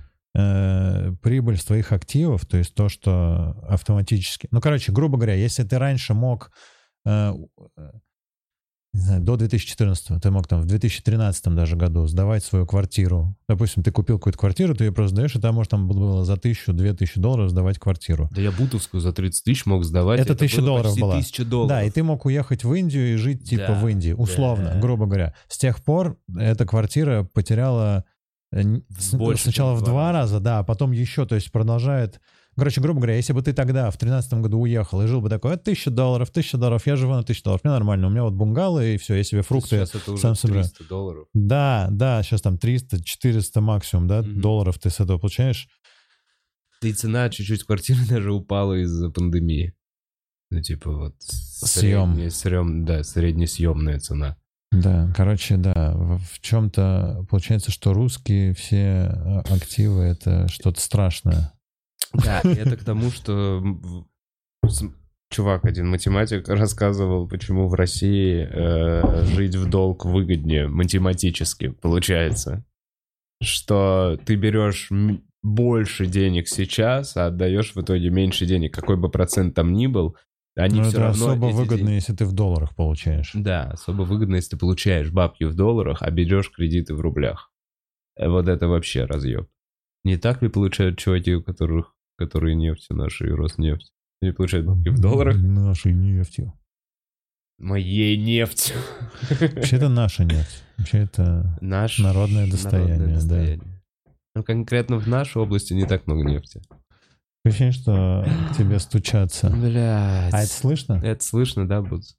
Speaker 2: э, прибыль с твоих активов, то есть то, что автоматически... Ну, короче, грубо говоря, если ты раньше мог... э, э, не знаю, до две тысячи четырнадцатого, ты мог там в две тысячи тринадцатом даже году сдавать свою квартиру. Допустим, ты купил какую-то квартиру, ты ее просто сдаешь, и там, может, там было за тысячу, две тысячи долларов сдавать квартиру.
Speaker 1: Да я бутовскую за тридцать тысяч мог сдавать.
Speaker 2: Это тысяча
Speaker 1: было
Speaker 2: долларов
Speaker 1: почти
Speaker 2: была.
Speaker 1: тысяча долларов.
Speaker 2: Да, и ты мог уехать в Индию и жить типа
Speaker 1: Да,
Speaker 2: в Индии, условно,
Speaker 1: да.
Speaker 2: грубо говоря. С тех пор эта квартира потеряла э, н- с-
Speaker 1: Больше,
Speaker 2: сначала
Speaker 1: чем
Speaker 2: в
Speaker 1: в
Speaker 2: два
Speaker 1: два
Speaker 2: раза, да, а потом еще, то есть продолжает... Короче, грубо говоря, если бы ты тогда в тринадцатом году уехал и жил бы такой, это тысяча долларов, тысяча долларов, я живу на тысячу долларов, мне нормально, у меня вот бунгало, и все, я себе фрукты
Speaker 1: Сейчас это уже
Speaker 2: сам собираю.
Speaker 1: триста долларов.
Speaker 2: Да, да, сейчас там триста-четыреста максимум, да,
Speaker 1: Мгм.
Speaker 2: долларов ты с этого получаешь.
Speaker 1: Да и цена чуть-чуть квартиры даже упала из-за пандемии. Ну, типа вот...
Speaker 2: Съем.
Speaker 1: средняя- срем- да, среднесъемная цена.
Speaker 2: Да, короче, да, в, в чем-то получается, что русские все э, активы — это что-то страшное.
Speaker 1: Да, это к тому, что м, в- с- чувак один, математик, рассказывал, почему в России э, жить в долг выгоднее математически получается. Что ты берешь м- больше денег сейчас, а отдаешь в итоге меньше денег, какой бы процент там ни был, они
Speaker 2: Но
Speaker 1: все
Speaker 2: это
Speaker 1: равно...
Speaker 2: особо
Speaker 1: эти
Speaker 2: выгодно,
Speaker 1: деньги-
Speaker 2: если ты в долларах получаешь.
Speaker 1: Да, особо выгодно, если ты получаешь бабки в долларах, а берешь кредиты в рублях. Э, Вот это вообще разъеб. Не так ли получают чуваки, у которых, которые нефтью наши и Роснефть? Они получают бабки в долларах?
Speaker 2: Нашей нефтью.
Speaker 1: Моей нефтью.
Speaker 2: Вообще это наша нефть. Вообще это...
Speaker 1: Наш
Speaker 2: Народное достояние,
Speaker 1: народное
Speaker 2: да.
Speaker 1: достояние. Ну, конкретно в нашей области не так много нефти.
Speaker 2: Ощущение, что к тебе стучатся.
Speaker 1: Блядь.
Speaker 2: А это слышно?
Speaker 1: Это слышно, да, Будз?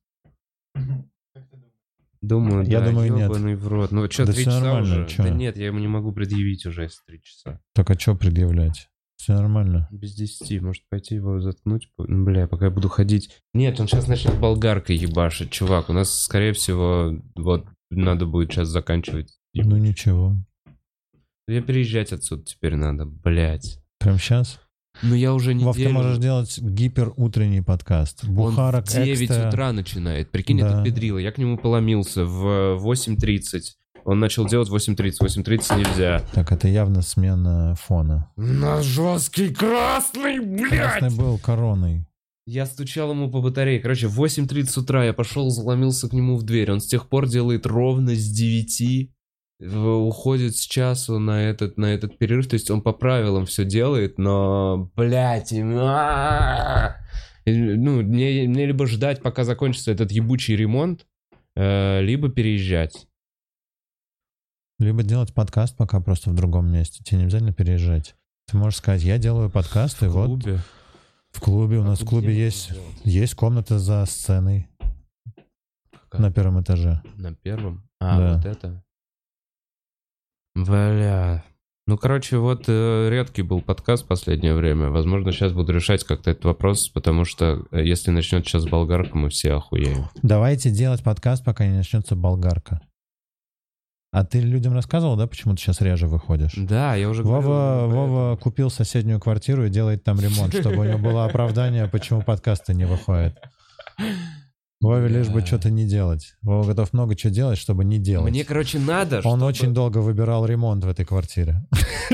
Speaker 1: Думаю,
Speaker 2: Я
Speaker 1: да,
Speaker 2: думаю, нет.
Speaker 1: ёбаный в рот. Ну, что,
Speaker 2: Да
Speaker 1: три
Speaker 2: всё
Speaker 1: часа
Speaker 2: нормально,
Speaker 1: уже?
Speaker 2: чё?
Speaker 1: Да нет, я ему не могу предъявить уже, если три часа.
Speaker 2: Так а что предъявлять? Все нормально.
Speaker 1: Без десяти, может пойти его заткнуть? Ну, бля, пока я буду ходить. Нет, он сейчас начнет болгаркой ебашить, чувак. У нас, скорее всего, вот, надо будет сейчас заканчивать.
Speaker 2: Ну ничего.
Speaker 1: Я переезжать отсюда теперь надо, блядь.
Speaker 2: Прям сейчас?
Speaker 1: Ну, я уже неделю...
Speaker 2: Вов, ты можешь делать гиперутренний подкаст. Бухарок,
Speaker 1: Он в девять
Speaker 2: экстра.
Speaker 1: утра начинает. Прикинь,
Speaker 2: Да.
Speaker 1: этот педрила. Я к нему поломился в восемь тридцать. Он начал делать в восемь тридцать. В восемь тридцать нельзя.
Speaker 2: Так, это явно смена фона.
Speaker 1: На жесткий красный,
Speaker 2: Красный
Speaker 1: блядь!
Speaker 2: был короной.
Speaker 1: Я стучал ему по батарее. Короче, в восемь тридцать утра я пошел, заломился к нему в дверь. Он с тех пор делает ровно с девяти. в- Уходит с часу на этот, на этот перерыв. То есть он по правилам все делает, но, блядь, и- а-а-а! И, ну, мне, мне либо ждать, пока закончится этот ебучий ремонт, э, либо переезжать.
Speaker 2: Либо делать подкаст пока просто в другом месте. Тебе не обязательно переезжать. Ты можешь сказать, я делаю подкаст, и
Speaker 1: В
Speaker 2: вот
Speaker 1: клубе.
Speaker 2: В клубе, у нас
Speaker 1: А
Speaker 2: в клубе
Speaker 1: где
Speaker 2: есть,
Speaker 1: можно сделать?
Speaker 2: есть комната за сценой
Speaker 1: Какая?
Speaker 2: на первом этаже.
Speaker 1: На первом? А,
Speaker 2: Да.
Speaker 1: вот это? Бля. Ну, короче, вот э, редкий был подкаст в последнее время. Возможно, сейчас буду решать как-то этот вопрос, потому что э, если начнет сейчас болгарка, мы все охуеем.
Speaker 2: Давайте делать подкаст, пока не начнется болгарка. А ты людям рассказывал, да, почему ты сейчас реже выходишь?
Speaker 1: Да, я уже
Speaker 2: Вова,
Speaker 1: говорил.
Speaker 2: Вова купил соседнюю квартиру и делает там ремонт, чтобы у него было оправдание, почему подкасты не выходят. Вове лишь бы
Speaker 1: Да.
Speaker 2: что-то не делать. Вова готов много чего делать, чтобы не делать.
Speaker 1: Мне, короче, надо,
Speaker 2: Он
Speaker 1: чтобы...
Speaker 2: очень долго выбирал ремонт в этой квартире.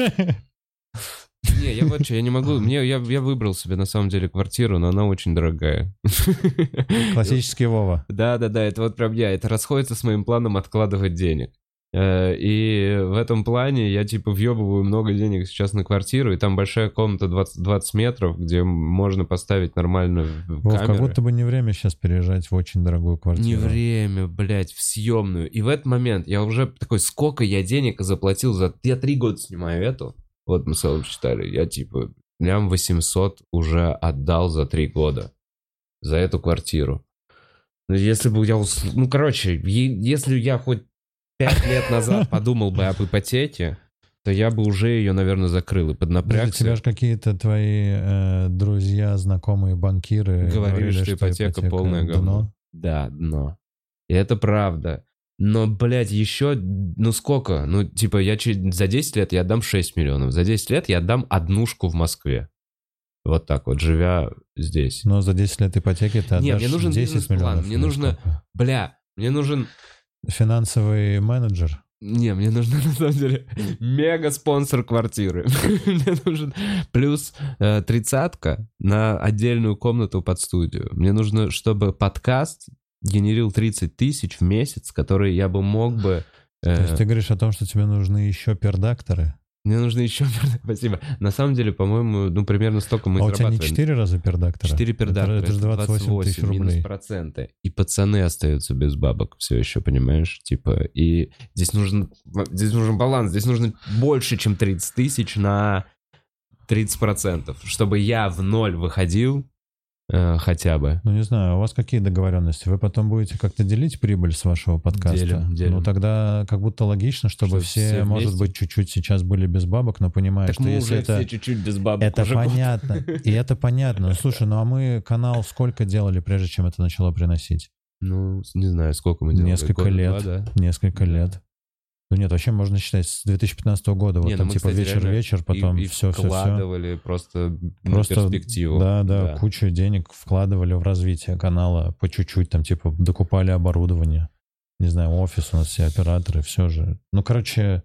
Speaker 1: Не, я вот что, я не могу... Мне, я, я выбрал себе, на самом деле, квартиру, но она очень дорогая.
Speaker 2: Классический Вова.
Speaker 1: Да-да-да, это вот прям я. Это расходится с моим планом откладывать денег. Э, И в этом плане я, типа, въебываю много денег сейчас на квартиру, и там большая комната двадцать, двадцать метров, где можно поставить нормально
Speaker 2: Вов,
Speaker 1: камеры.
Speaker 2: как будто бы не время сейчас переезжать в очень дорогую квартиру.
Speaker 1: Не время, блядь, в съемную. И в этот момент я уже такой, сколько я денег заплатил за... Я три года снимаю эту. Вот мы с Эллой считали. Я, типа, лям восемьсот уже отдал за три года. За эту квартиру. Ну, если бы я... Ус... Ну, короче, е- если я хоть пять лет назад подумал бы об ипотеке, то я бы уже ее, наверное, закрыл и
Speaker 2: Для
Speaker 1: поднапрягся.
Speaker 2: тебя же какие-то твои э, друзья, знакомые банкиры
Speaker 1: Говорили, что ипотека полное говно. Да, дно. И это правда. Но, блядь, еще, ну сколько? Ну, типа, я че- за десять лет я отдам шесть миллионов. За десять лет я отдам однушку в Москве. Вот так вот, живя здесь.
Speaker 2: Но за десять лет ипотеки ты
Speaker 1: Не,
Speaker 2: отдашь
Speaker 1: мне нужен
Speaker 2: десять
Speaker 1: бизнес-план.
Speaker 2: миллионов.
Speaker 1: Мне
Speaker 2: или
Speaker 1: нужно-
Speaker 2: сколько?
Speaker 1: Бля, мне нужен...
Speaker 2: Финансовый менеджер.
Speaker 1: Не, мне нужно, на самом деле, мега-спонсор квартиры. Мне нужен плюс э, тридцатка на отдельную комнату под студию. Мне нужно, чтобы подкаст генерил тридцать тысяч в месяц, которые я бы мог бы... э,
Speaker 2: То есть ты говоришь о том, что тебе нужны еще пердакторы?
Speaker 1: Мне нужно еще... Спасибо. На самом деле, по-моему, ну, примерно столько мы
Speaker 2: а у тебя не
Speaker 1: зарабатываем.
Speaker 2: четыре раза пердактора?
Speaker 1: четыре пердактора,
Speaker 2: Это, это же двадцать восемь тысяч
Speaker 1: минус
Speaker 2: рублей.
Speaker 1: проценты. И пацаны остаются без бабок все еще, понимаешь? Типа, и здесь нужен, здесь нужен баланс, здесь нужно больше, чем тридцать тысяч на тридцать процентов, чтобы я в ноль выходил э, хотя бы.
Speaker 2: Ну, не знаю, у вас какие договоренности? Вы потом будете как-то делить прибыль с вашего подкаста?
Speaker 1: Делим, делим.
Speaker 2: Ну, тогда как будто логично, чтобы
Speaker 1: Что
Speaker 2: все,
Speaker 1: все
Speaker 2: может
Speaker 1: вместе?
Speaker 2: быть, чуть-чуть сейчас были без бабок, но понимаешь,
Speaker 1: Так
Speaker 2: что
Speaker 1: мы
Speaker 2: если
Speaker 1: уже
Speaker 2: это...
Speaker 1: все чуть-чуть без бабок.
Speaker 2: Это
Speaker 1: уже год.
Speaker 2: понятно, и это понятно. Ну, слушай, ну а мы канал сколько делали, прежде чем это начало приносить?
Speaker 1: Ну, не знаю, сколько мы делали.
Speaker 2: Несколько
Speaker 1: Года
Speaker 2: лет.
Speaker 1: два, да?
Speaker 2: Несколько
Speaker 1: Да.
Speaker 2: лет. Ну нет, вообще можно считать с две тысячи пятнадцатого года, вот
Speaker 1: Не, ну
Speaker 2: там
Speaker 1: мы,
Speaker 2: типа
Speaker 1: кстати, реально
Speaker 2: вечер-вечер, потом
Speaker 1: и, и
Speaker 2: все-все-все.
Speaker 1: вкладывали просто,
Speaker 2: Просто,
Speaker 1: на перспективу.
Speaker 2: Да, да, кучу денег вкладывали в развитие канала по чуть-чуть, там типа докупали оборудование. Не знаю, офис у нас все операторы, все же. Ну, короче...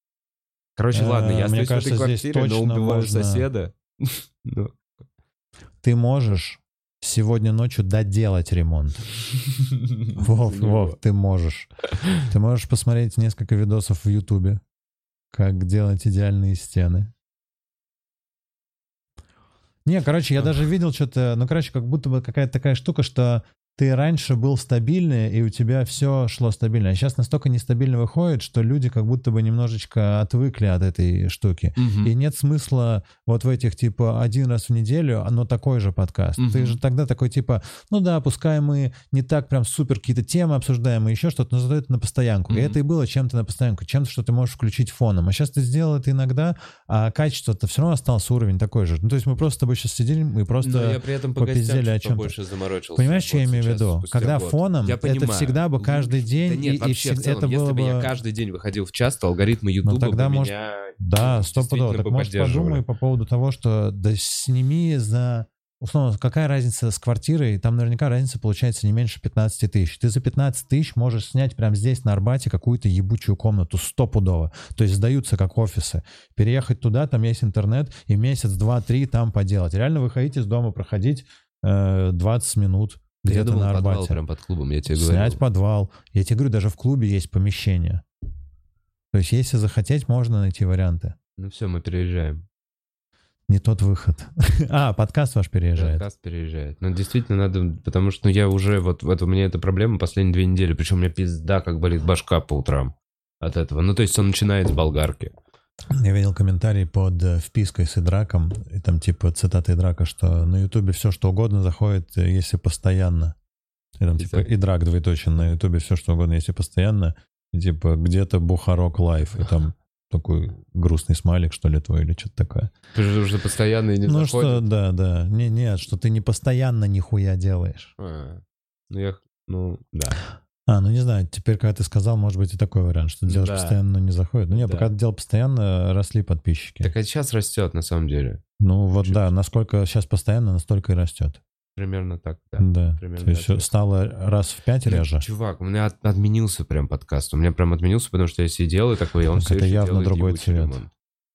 Speaker 1: Короче,
Speaker 2: Э,
Speaker 1: ладно, я
Speaker 2: мне
Speaker 1: остаюсь в
Speaker 2: кажется,
Speaker 1: этой
Speaker 2: здесь
Speaker 1: квартире, но
Speaker 2: точно
Speaker 1: убиваю
Speaker 2: можно-
Speaker 1: соседа. Ну,
Speaker 2: Ты можешь сегодня ночью доделать ремонт. Вов,
Speaker 1: за
Speaker 2: Вов,
Speaker 1: него.
Speaker 2: ты можешь. Ты можешь посмотреть несколько видосов в Ютубе, как делать идеальные стены. Не, короче, я даже видел что-то, ну, короче, как будто бы какая-то такая штука, что ты раньше был стабильный, и у тебя все шло стабильно. А сейчас настолько нестабильно выходит, что люди как будто бы немножечко отвыкли от этой штуки.
Speaker 1: Мгм.
Speaker 2: И нет смысла вот в этих, типа, один раз в неделю, но такой же подкаст.
Speaker 1: Мгм.
Speaker 2: Ты же тогда такой, типа, ну да, пускай мы не так прям супер какие-то темы обсуждаем и еще что-то, но зато это на постоянку. И
Speaker 1: Мгм.
Speaker 2: это и было чем-то на постоянку, чем-то, что ты можешь включить фоном. А сейчас ты сделал это иногда, а качество-то все равно остался уровень такой же. Ну, то есть мы просто с тобой сейчас сидели, мы просто...
Speaker 1: Но я при этом по
Speaker 2: попиздели
Speaker 1: гостям
Speaker 2: о
Speaker 1: чуть
Speaker 2: чем-то.
Speaker 1: побольше заморочился.
Speaker 2: Понимаешь, что я
Speaker 1: вот
Speaker 2: имею в
Speaker 1: сейчас,
Speaker 2: виду?
Speaker 1: спустя
Speaker 2: Когда
Speaker 1: год.
Speaker 2: фоном,
Speaker 1: Я
Speaker 2: это
Speaker 1: понимаю.
Speaker 2: всегда бы каждый день,
Speaker 1: Да нет,
Speaker 2: и, и
Speaker 1: вообще,
Speaker 2: всег-
Speaker 1: в целом,
Speaker 2: это
Speaker 1: если
Speaker 2: было
Speaker 1: бы
Speaker 2: бы...
Speaker 1: я каждый день выходил в час, то алгоритмы Ютуба
Speaker 2: тогда
Speaker 1: бы
Speaker 2: может-
Speaker 1: меня
Speaker 2: Да,
Speaker 1: ну,
Speaker 2: стопудово.
Speaker 1: действительно
Speaker 2: Так
Speaker 1: бы
Speaker 2: может
Speaker 1: поддерживали.
Speaker 2: подумай по поводу того, что да сними за... Условно, какая разница с квартирой? Там наверняка разница получается не меньше пятнадцать тысяч. Ты за пятнадцать тысяч можешь снять прямо здесь, на Арбате, какую-то ебучую комнату, стопудово. То есть сдаются как офисы. Переехать туда, там есть интернет, и месяц, два, три там поделать. Реально выходить из дома, проходить э, двадцать минут
Speaker 1: Я
Speaker 2: где-то
Speaker 1: думал,
Speaker 2: на
Speaker 1: подвал
Speaker 2: Арбате.
Speaker 1: прям под клубом, я тебе говорю.
Speaker 2: Снять подвал. Я тебе говорю, даже в клубе есть помещение. То есть, если захотеть, можно найти варианты.
Speaker 1: Ну все, мы переезжаем.
Speaker 2: Не тот выход. А, подкаст ваш переезжает.
Speaker 1: Подкаст переезжает. Ну, действительно надо, потому что ну, я уже, вот, вот у меня эта проблема последние две недели, причем у меня пизда как болит башка по утрам от этого. Ну, то есть он начинает с болгарки.
Speaker 2: Я видел комментарий под э, впиской с Идраком, и там типа цитата Идрака, что на Ютубе все что угодно заходит, э, если постоянно. И там типа Идрак двоеточие на Ютубе все что угодно, если постоянно. И типа где-то Бухарок лайв, и там такой грустный смайлик, что ли, твой, или что-то такое.
Speaker 1: Потому что постоянно и не
Speaker 2: Ну
Speaker 1: заходит.
Speaker 2: что, да, да. Не, нет, что ты не постоянно нихуя делаешь.
Speaker 1: А, ну, я, ну, да.
Speaker 2: А, ну не знаю, теперь, когда ты сказал, может быть и такой вариант, что делаешь
Speaker 1: Да.
Speaker 2: постоянно, но не заходит. Ну нет,
Speaker 1: Да.
Speaker 2: пока ты делал постоянно, росли подписчики.
Speaker 1: Так а сейчас растет, на самом деле.
Speaker 2: Ну вот
Speaker 1: Чуть.
Speaker 2: да, насколько сейчас постоянно, настолько и растет.
Speaker 1: Примерно так, да.
Speaker 2: Да,
Speaker 1: Примерно
Speaker 2: то есть
Speaker 1: так.
Speaker 2: стало раз в пять
Speaker 1: Ну,
Speaker 2: реже.
Speaker 1: чувак, у меня от- отменился прям подкаст. У меня прям отменился, потому что я сидел и такой, он
Speaker 2: Так
Speaker 1: все
Speaker 2: это
Speaker 1: еще
Speaker 2: явно
Speaker 1: делает
Speaker 2: другой
Speaker 1: ебучий
Speaker 2: цвет.
Speaker 1: ремонт.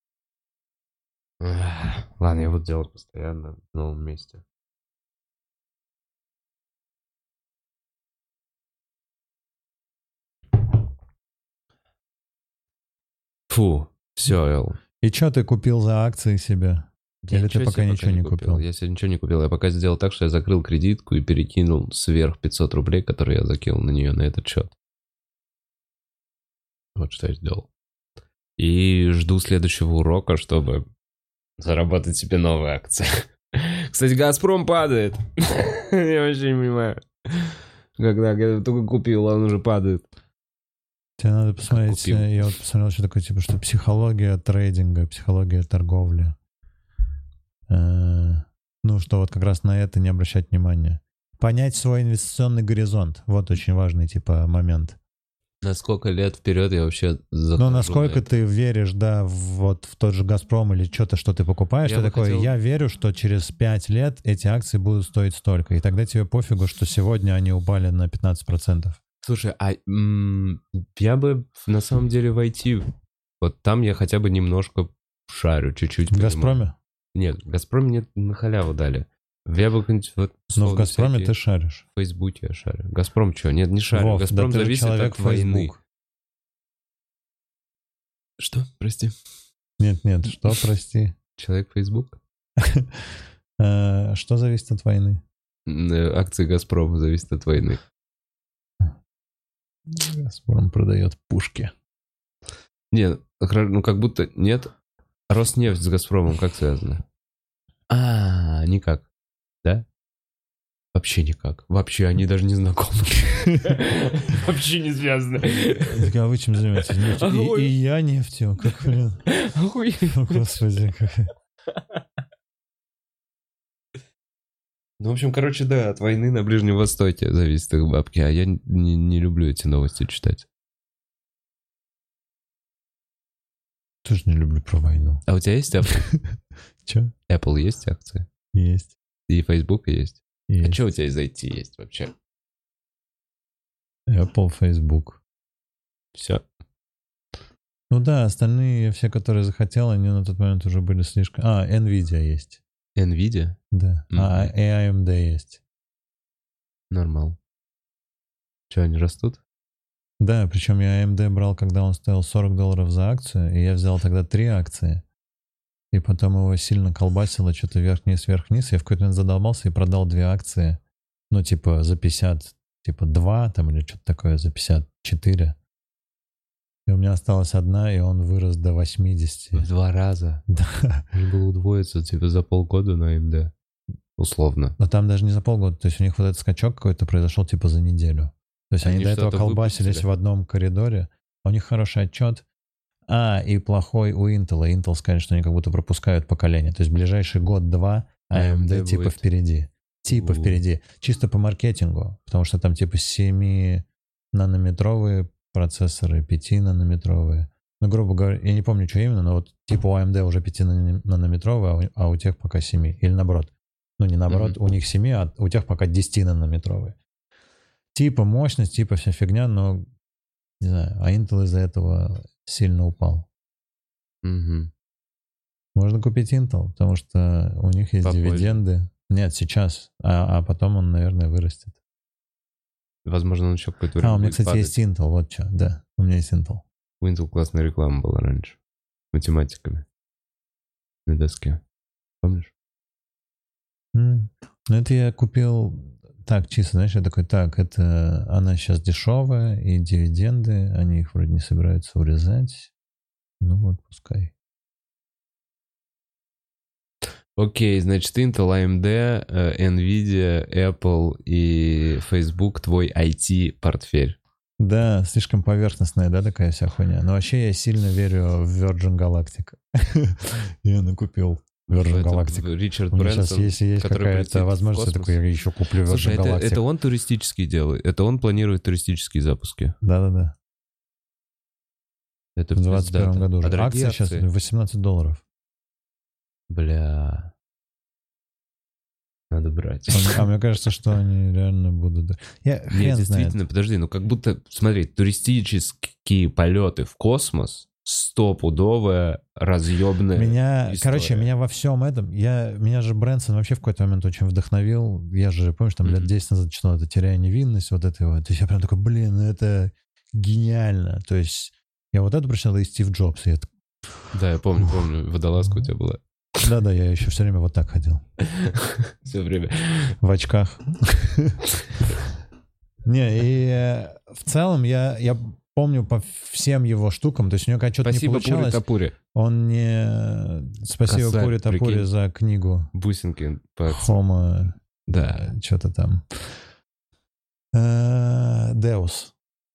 Speaker 1: Ах, ладно, я буду делать постоянно в новом месте. Фу, все, Эл.
Speaker 2: И что ты купил за акции себе?
Speaker 1: Я
Speaker 2: Или ты пока
Speaker 1: себе
Speaker 2: ничего не купил?
Speaker 1: Я себе ничего не купил. Я пока сделал так, что я закрыл кредитку и перекинул сверх пятьсот рублей, которые я закинул на нее, на этот счет. Вот что я сделал. И жду следующего урока, чтобы заработать себе новые акции. Кстати, Газпром падает. Я вообще не понимаю. Когда я только купил, он уже падает.
Speaker 2: Тебе надо посмотреть,
Speaker 1: купил.
Speaker 2: я вот посмотрел, что такое, типа, что психология трейдинга, психология торговли. Э, Ну, что вот как раз на это не обращать внимания. Понять свой инвестиционный горизонт. Вот очень важный, типа, момент.
Speaker 1: На сколько лет вперед я вообще захожу?
Speaker 2: Ну, насколько
Speaker 1: на это?
Speaker 2: ты веришь, да, в, вот в тот же «Газпром» или что-то, что ты покупаешь,
Speaker 1: Я
Speaker 2: ты
Speaker 1: бы
Speaker 2: такой,
Speaker 1: хотел-
Speaker 2: я верю, что через пять лет эти акции будут стоить столько. И тогда тебе пофигу, что сегодня они упали на пятнадцать процентов.
Speaker 1: Слушай, а м, я бы на самом деле войти... Вот там я хотя бы немножко шарю, чуть-чуть.
Speaker 2: В
Speaker 1: понимаю.
Speaker 2: «Газпроме»?
Speaker 1: Нет, в «Газпроме» мне на халяву дали. Я бы какой-нибудь... Вот,
Speaker 2: Но в
Speaker 1: условно,
Speaker 2: «Газпроме»
Speaker 1: всякие-
Speaker 2: ты шаришь.
Speaker 1: В Фейсбуке я шарю. «Газпром» что? Нет, не шарю.
Speaker 2: Вов,
Speaker 1: «Газпром»
Speaker 2: да ты же
Speaker 1: зависит
Speaker 2: человек
Speaker 1: от войны.
Speaker 2: Facebook.
Speaker 1: Что? Прости.
Speaker 2: Нет, нет, что, прости?
Speaker 1: Человек Facebook?
Speaker 2: Э, Что зависит от войны?
Speaker 1: М, э, Акции «Газпрома» зависят от войны.
Speaker 2: «Газпром» продает пушки.
Speaker 1: Нет, ну как будто нет. Роснефть с «Газпромом» как связано? А, никак. Да? Вообще никак. Вообще, они даже не знакомы. Вообще не связаны.
Speaker 2: Так, а вы чем занимаетесь? Нефтью?
Speaker 1: Охуеть.
Speaker 2: И, и я нефтью. Как, блин.
Speaker 1: Охуеть.
Speaker 2: О, Господи, как...
Speaker 1: Ну, в общем, короче, да, от войны на Ближнем Востоке зависит их бабки, а я не, не люблю эти новости читать.
Speaker 2: Тоже не люблю про войну.
Speaker 1: А у тебя есть Apple?
Speaker 2: Че?
Speaker 1: Apple есть акции?
Speaker 2: Есть.
Speaker 1: И Facebook есть? А
Speaker 2: Есть.
Speaker 1: что у тебя из ай ти есть вообще?
Speaker 2: Apple, Facebook.
Speaker 1: Все.
Speaker 2: Ну да, остальные, все, которые захотел, они на тот момент уже были слишком... А, Nvidia есть.
Speaker 1: Nvidia?
Speaker 2: Да. А,
Speaker 1: Мгм.
Speaker 2: и эй эм ди есть.
Speaker 1: Нормал. Что, они растут?
Speaker 2: Да, причем я эй эм ди брал, когда он стоил сорок долларов за акцию, и я взял тогда три акции. И потом его сильно колбасило, что-то вверх-вниз, вверх-вниз. Я в какой-то момент задолбался и продал две акции. Ну, типа, за пятьдесят, типа, два там или что-то такое, за пятьдесят четыре. И у меня осталась одна, и он вырос до восемьдесят.
Speaker 1: В два раза.
Speaker 2: Да.
Speaker 1: Нужно было удвоиться, типа, за полгода на эй эм ди. Условно.
Speaker 2: Но там даже не за полгода. То есть у них вот этот скачок какой-то произошел, типа, за неделю. То есть они,
Speaker 1: Они
Speaker 2: до этого
Speaker 1: что-то
Speaker 2: колбасились
Speaker 1: выпустили?
Speaker 2: в одном коридоре. У них хороший отчет. А, и плохой у Intel. Intel сказали, что они как будто пропускают поколение. То есть ближайший год-два эй эм ди
Speaker 1: эй эм ди
Speaker 2: типа
Speaker 1: будет.
Speaker 2: впереди. Типа
Speaker 1: У.
Speaker 2: впереди. Чисто по маркетингу. Потому что там типа семь-нанометровые процессоры, пять-нанометровые. Ну, грубо говоря, я не помню, что именно, но вот типа у эй эм ди уже пять-нанометровые, а у, а у тех пока семь. Или наоборот. Ну, не наоборот,
Speaker 1: Мгм.
Speaker 2: у них семь, а у тех пока десять-нанометровые. Типа мощность, типа вся фигня, но не знаю, а Intel из-за этого сильно упал.
Speaker 1: Мгм.
Speaker 2: Можно купить Intel, потому что у них есть
Speaker 1: Попозже.
Speaker 2: дивиденды. Нет, сейчас. А, а потом он, наверное, вырастет.
Speaker 1: Возможно, он еще какое-то время
Speaker 2: А, у меня,
Speaker 1: будет
Speaker 2: кстати,
Speaker 1: падать.
Speaker 2: есть Intel. Вот что. Да, у меня есть Intel.
Speaker 1: У Intel классная реклама была раньше. Математиками. На доске. Помнишь?
Speaker 2: М. Ну, это я купил так, чисто, знаешь, я такой, так, это она сейчас дешевая, и дивиденды, они их вроде не собираются урезать. Ну вот, пускай.
Speaker 1: Окей, значит, Intel, эй эм ди, Nvidia, Apple и Facebook твой ай ти-портфель.
Speaker 2: Да, слишком поверхностная, да, такая вся хуйня. Но вообще я сильно верю в Virgin Galactic. Я накупил Virgin Galactic.
Speaker 1: Ричард
Speaker 2: У меня сейчас,
Speaker 1: Брэнсон,
Speaker 2: если есть
Speaker 1: который
Speaker 2: какая-то
Speaker 1: полетит в
Speaker 2: возможность, я
Speaker 1: космос.
Speaker 2: такой, я еще куплю Virgin
Speaker 1: Слушай, это,
Speaker 2: Galactic.
Speaker 1: это он туристические делает, это он планирует туристические запуски.
Speaker 2: Да-да-да.
Speaker 1: Это
Speaker 2: В двадцать первом
Speaker 1: пиздато.
Speaker 2: году
Speaker 1: А
Speaker 2: уже.
Speaker 1: дорогие
Speaker 2: Акция сейчас
Speaker 1: акции?
Speaker 2: восемнадцать долларов.
Speaker 1: Бля. Надо брать.
Speaker 2: А мне кажется, что они реально будут... Я
Speaker 1: Нет,
Speaker 2: хрен
Speaker 1: действительно,
Speaker 2: знает.
Speaker 1: подожди, ну как будто, смотри, туристические полеты в космос стопудовая разъебная
Speaker 2: Меня,
Speaker 1: история.
Speaker 2: короче, меня во всем этом, я, меня же Брэнсон вообще в какой-то момент очень вдохновил. Я же, помнишь, там лет
Speaker 1: Мгм.
Speaker 2: десять назад читал это «Теряя невинность», вот это вот. То есть я прям такой, блин, ну это гениально. То есть я вот это прочитал, и Стив Джобс. И я так,
Speaker 1: Да, я помню, помню, водолазка у тебя была.
Speaker 2: да-да, я еще все время вот так ходил.
Speaker 1: Все время.
Speaker 2: В очках. Не, и э, в целом я, я помню по всем его штукам, то есть у него когда что-то не
Speaker 1: Спасибо,
Speaker 2: получалось,
Speaker 1: Пури-Тапури.
Speaker 2: он не... Спасибо
Speaker 1: Косарь,
Speaker 2: Пури Тапури
Speaker 1: прикинь.
Speaker 2: за книгу
Speaker 1: Бусинки. по-
Speaker 2: Хома,
Speaker 1: Да.
Speaker 2: что-то там. Э, Деус.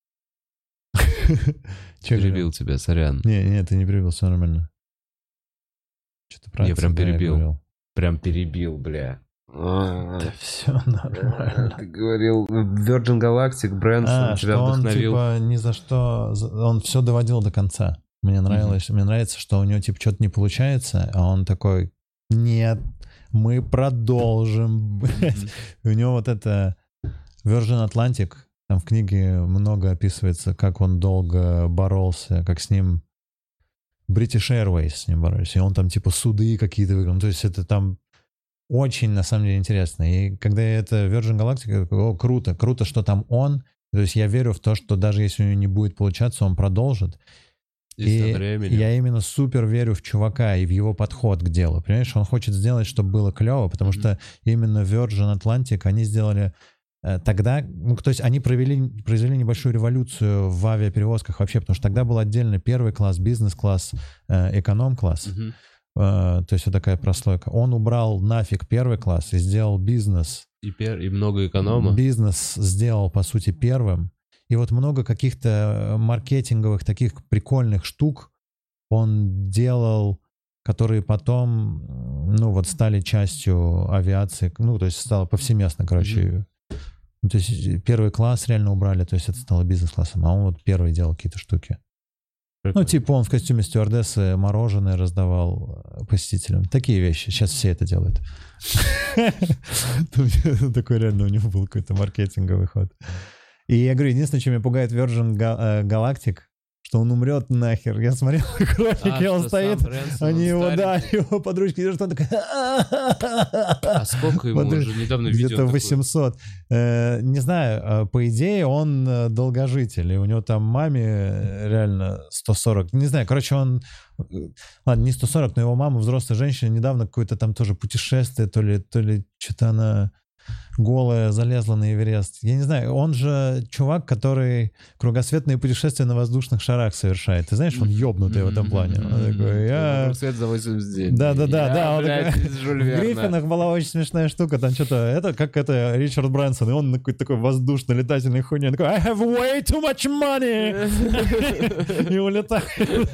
Speaker 2: Чё
Speaker 1: Перебил тебя, сорян.
Speaker 2: говорил? Не, не, ты не перебил, все нормально. Что-то про
Speaker 1: Я прям
Speaker 2: отца, да,
Speaker 1: перебил.
Speaker 2: говорил.
Speaker 1: Прям перебил, бля. А,
Speaker 2: Да все нормально.
Speaker 1: Ты говорил, Virgin Galactic, Брэнсон
Speaker 2: А,
Speaker 1: тебя
Speaker 2: что он
Speaker 1: вдохновил.
Speaker 2: типа ни за что, за- он все доводил до конца. Мне нравилось, мне нравится, что у него типа что-то не получается, а он такой, нет, мы продолжим. блядь».
Speaker 1: Мгм.
Speaker 2: И у него вот это Virgin Atlantic, там в книге много описывается, как он долго боролся, как с ним British Airways с ним боролись, и он там типа суды какие-то выиграл. Ну, то есть это там очень, на самом деле, интересно. И когда я это Virgin Galactic, я такой, о, круто, круто, что там он. То есть я верю в то, что даже если у него не будет получаться, он продолжит.
Speaker 1: И
Speaker 2: И
Speaker 1: со временем.
Speaker 2: я именно супер верю в чувака и в его подход к делу. Понимаешь, он хочет сделать, чтобы было клево, потому
Speaker 1: Мгм.
Speaker 2: что именно Virgin Atlantic они сделали э, тогда, ну, то есть они провели, произвели небольшую революцию в авиаперевозках вообще, потому что тогда был отдельно первый класс, бизнес-класс, э, эконом-класс.
Speaker 1: Мгм.
Speaker 2: Э, то есть вот такая прослойка. Он убрал нафиг первый класс и сделал бизнес.
Speaker 1: И, пер- и много эконома.
Speaker 2: Бизнес сделал, по сути, первым. И вот много каких-то маркетинговых таких прикольных штук он делал, которые потом, ну, вот стали частью авиации. Ну, то есть стало повсеместно, короче. Ну, то есть первый класс реально убрали, то есть это стало бизнес-классом, а он вот первый делал какие-то штуки.
Speaker 1: Прикольно.
Speaker 2: Ну, типа он в костюме стюардессы мороженое раздавал э, посетителям. Такие вещи. Сейчас все это делают. Такой реально у него был какой-то маркетинговый ход. И я говорю, единственное, что меня пугает Virgin Ga- э, Galactic, что он умрет нахер. Я смотрел кролики,
Speaker 1: А,
Speaker 2: он
Speaker 1: что
Speaker 2: стоит,
Speaker 1: сам Брэнсон,
Speaker 2: они
Speaker 1: он
Speaker 2: его, да,
Speaker 1: старенький.
Speaker 2: его под ручки держат, он такой...
Speaker 1: А сколько ему? Он
Speaker 2: Подруж-
Speaker 1: же недавно видео
Speaker 2: Где-то
Speaker 1: такое.
Speaker 2: восемьсот. Э, Не знаю, э, по идее он э, долгожитель, и у него там маме э, реально сто сорок. Не знаю, короче, он... э, Ладно, не сто сорок, но его мама, взрослая женщина, недавно какое-то там тоже путешествие, то ли, то ли что-то она голая залезла на Эверест. Я не знаю, он же чувак, который кругосветные путешествия на воздушных шарах совершает. Ты знаешь, он ёбнутый в этом плане. Он такой, я...
Speaker 1: Вокруг света за восемьдесят девять.
Speaker 2: Да-да-да,
Speaker 1: Я,
Speaker 2: да, он
Speaker 1: блядь,
Speaker 2: такой-
Speaker 1: из Жюль
Speaker 2: В
Speaker 1: Верна.
Speaker 2: Гриффинах была очень смешная штука, там что-то, это как это Ричард Брэнсон, и он на какой-то такой воздушно-летательной хуйне, он такой, I have way too much money! И улетает.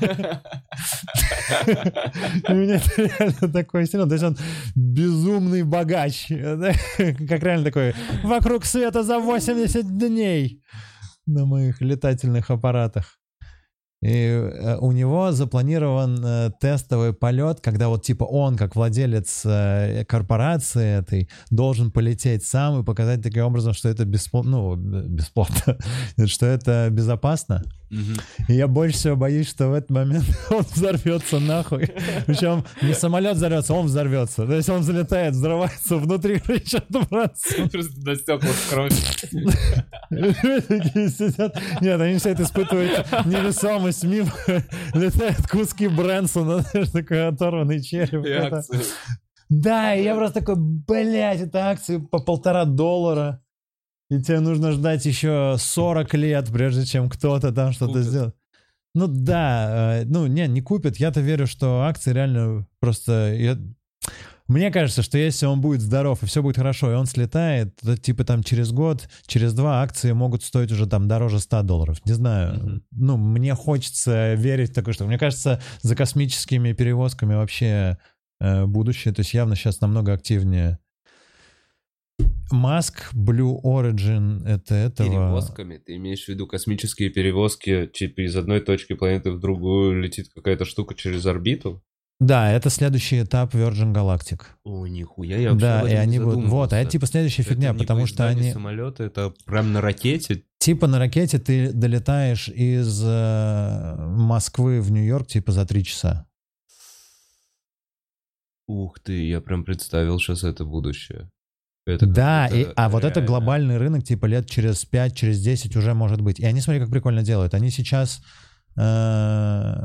Speaker 2: И меня это реально такое сильно, то есть он безумный богач, да? Как реально такой, вокруг света за восемьдесят дней на моих летательных аппаратах. И э, у него запланирован э, тестовый полет, когда вот типа он, как владелец э, корпорации этой, должен полететь сам и показать таким образом, что это бесплатно, ну, б- бесплатно, что это безопасно.
Speaker 1: Мгм.
Speaker 2: И я больше всего боюсь, что в этот момент он взорвется нахуй. Причем не самолет взорвется, он взорвется. То есть он взлетает, взрывается внутри Ричарда Брэнсона.
Speaker 1: Просто на стеклах кровь.
Speaker 2: Такие сидят. Нет, они все это испытывают невесомость, мимо летают куски Брэнсона, знаешь, такой оторванный череп.
Speaker 1: И
Speaker 2: Это-
Speaker 1: акции.
Speaker 2: Да, и я просто такой, блядь, это акции по полтора доллара. И тебе нужно ждать еще сорок лет, прежде чем кто-то там что-то
Speaker 1: Купит.
Speaker 2: сделает. Ну да, э, ну не, не купят. Я-то верю, что акции реально просто... Я... Мне кажется, что если он будет здоров и все будет хорошо, и он слетает, то типа там через год, через два акции могут стоить уже там дороже ста долларов. Не знаю. Mm-hmm. Ну, мне хочется верить в такое, что... Мне кажется, за космическими перевозками вообще э, будущее. То есть явно сейчас намного активнее. Маск, Blue Origin, это этого...
Speaker 1: Перевозками? Ты имеешь в виду космические перевозки, типа из одной точки планеты в другую летит какая-то штука через орбиту?
Speaker 2: Да, это следующий этап Virgin Galactic.
Speaker 1: О, нихуя, я вообще
Speaker 2: да,
Speaker 1: об этом
Speaker 2: и они
Speaker 1: не
Speaker 2: будут... Вот, а это типа следующая
Speaker 1: это
Speaker 2: фигня,
Speaker 1: не
Speaker 2: потому
Speaker 1: поезда,
Speaker 2: что они...
Speaker 1: не самолеты, это прям на ракете?
Speaker 2: Типа на ракете ты долетаешь из э, Москвы в Нью-Йорк типа за три часа.
Speaker 1: Ух ты, я прям представил сейчас это будущее. Это
Speaker 2: да, и, а
Speaker 1: реально.
Speaker 2: вот это глобальный рынок, типа лет через пять, через десять уже может быть. И они, смотри, как прикольно делают. Они сейчас э,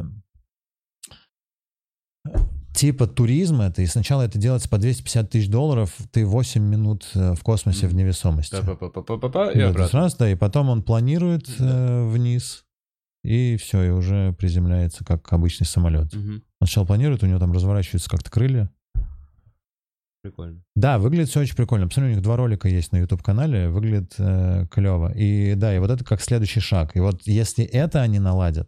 Speaker 2: типа туризм это, и сначала это делается по двести пятьдесят тысяч долларов, ты восемь минут в космосе mm. в невесомости.
Speaker 1: Па-па-па-па-па-па, и
Speaker 2: да,
Speaker 1: обратно.
Speaker 2: Сразу, да, и потом он планирует э, вниз, и все, и уже приземляется как обычный самолет.
Speaker 1: Mm-hmm.
Speaker 2: Он сначала планирует, у него там разворачиваются как-то крылья.
Speaker 1: Прикольно.
Speaker 2: Да, выглядит все очень прикольно. Посмотри, у них два ролика есть на YouTube-канале, выглядит э, клево. И да, и вот это как следующий шаг. И вот если это они наладят,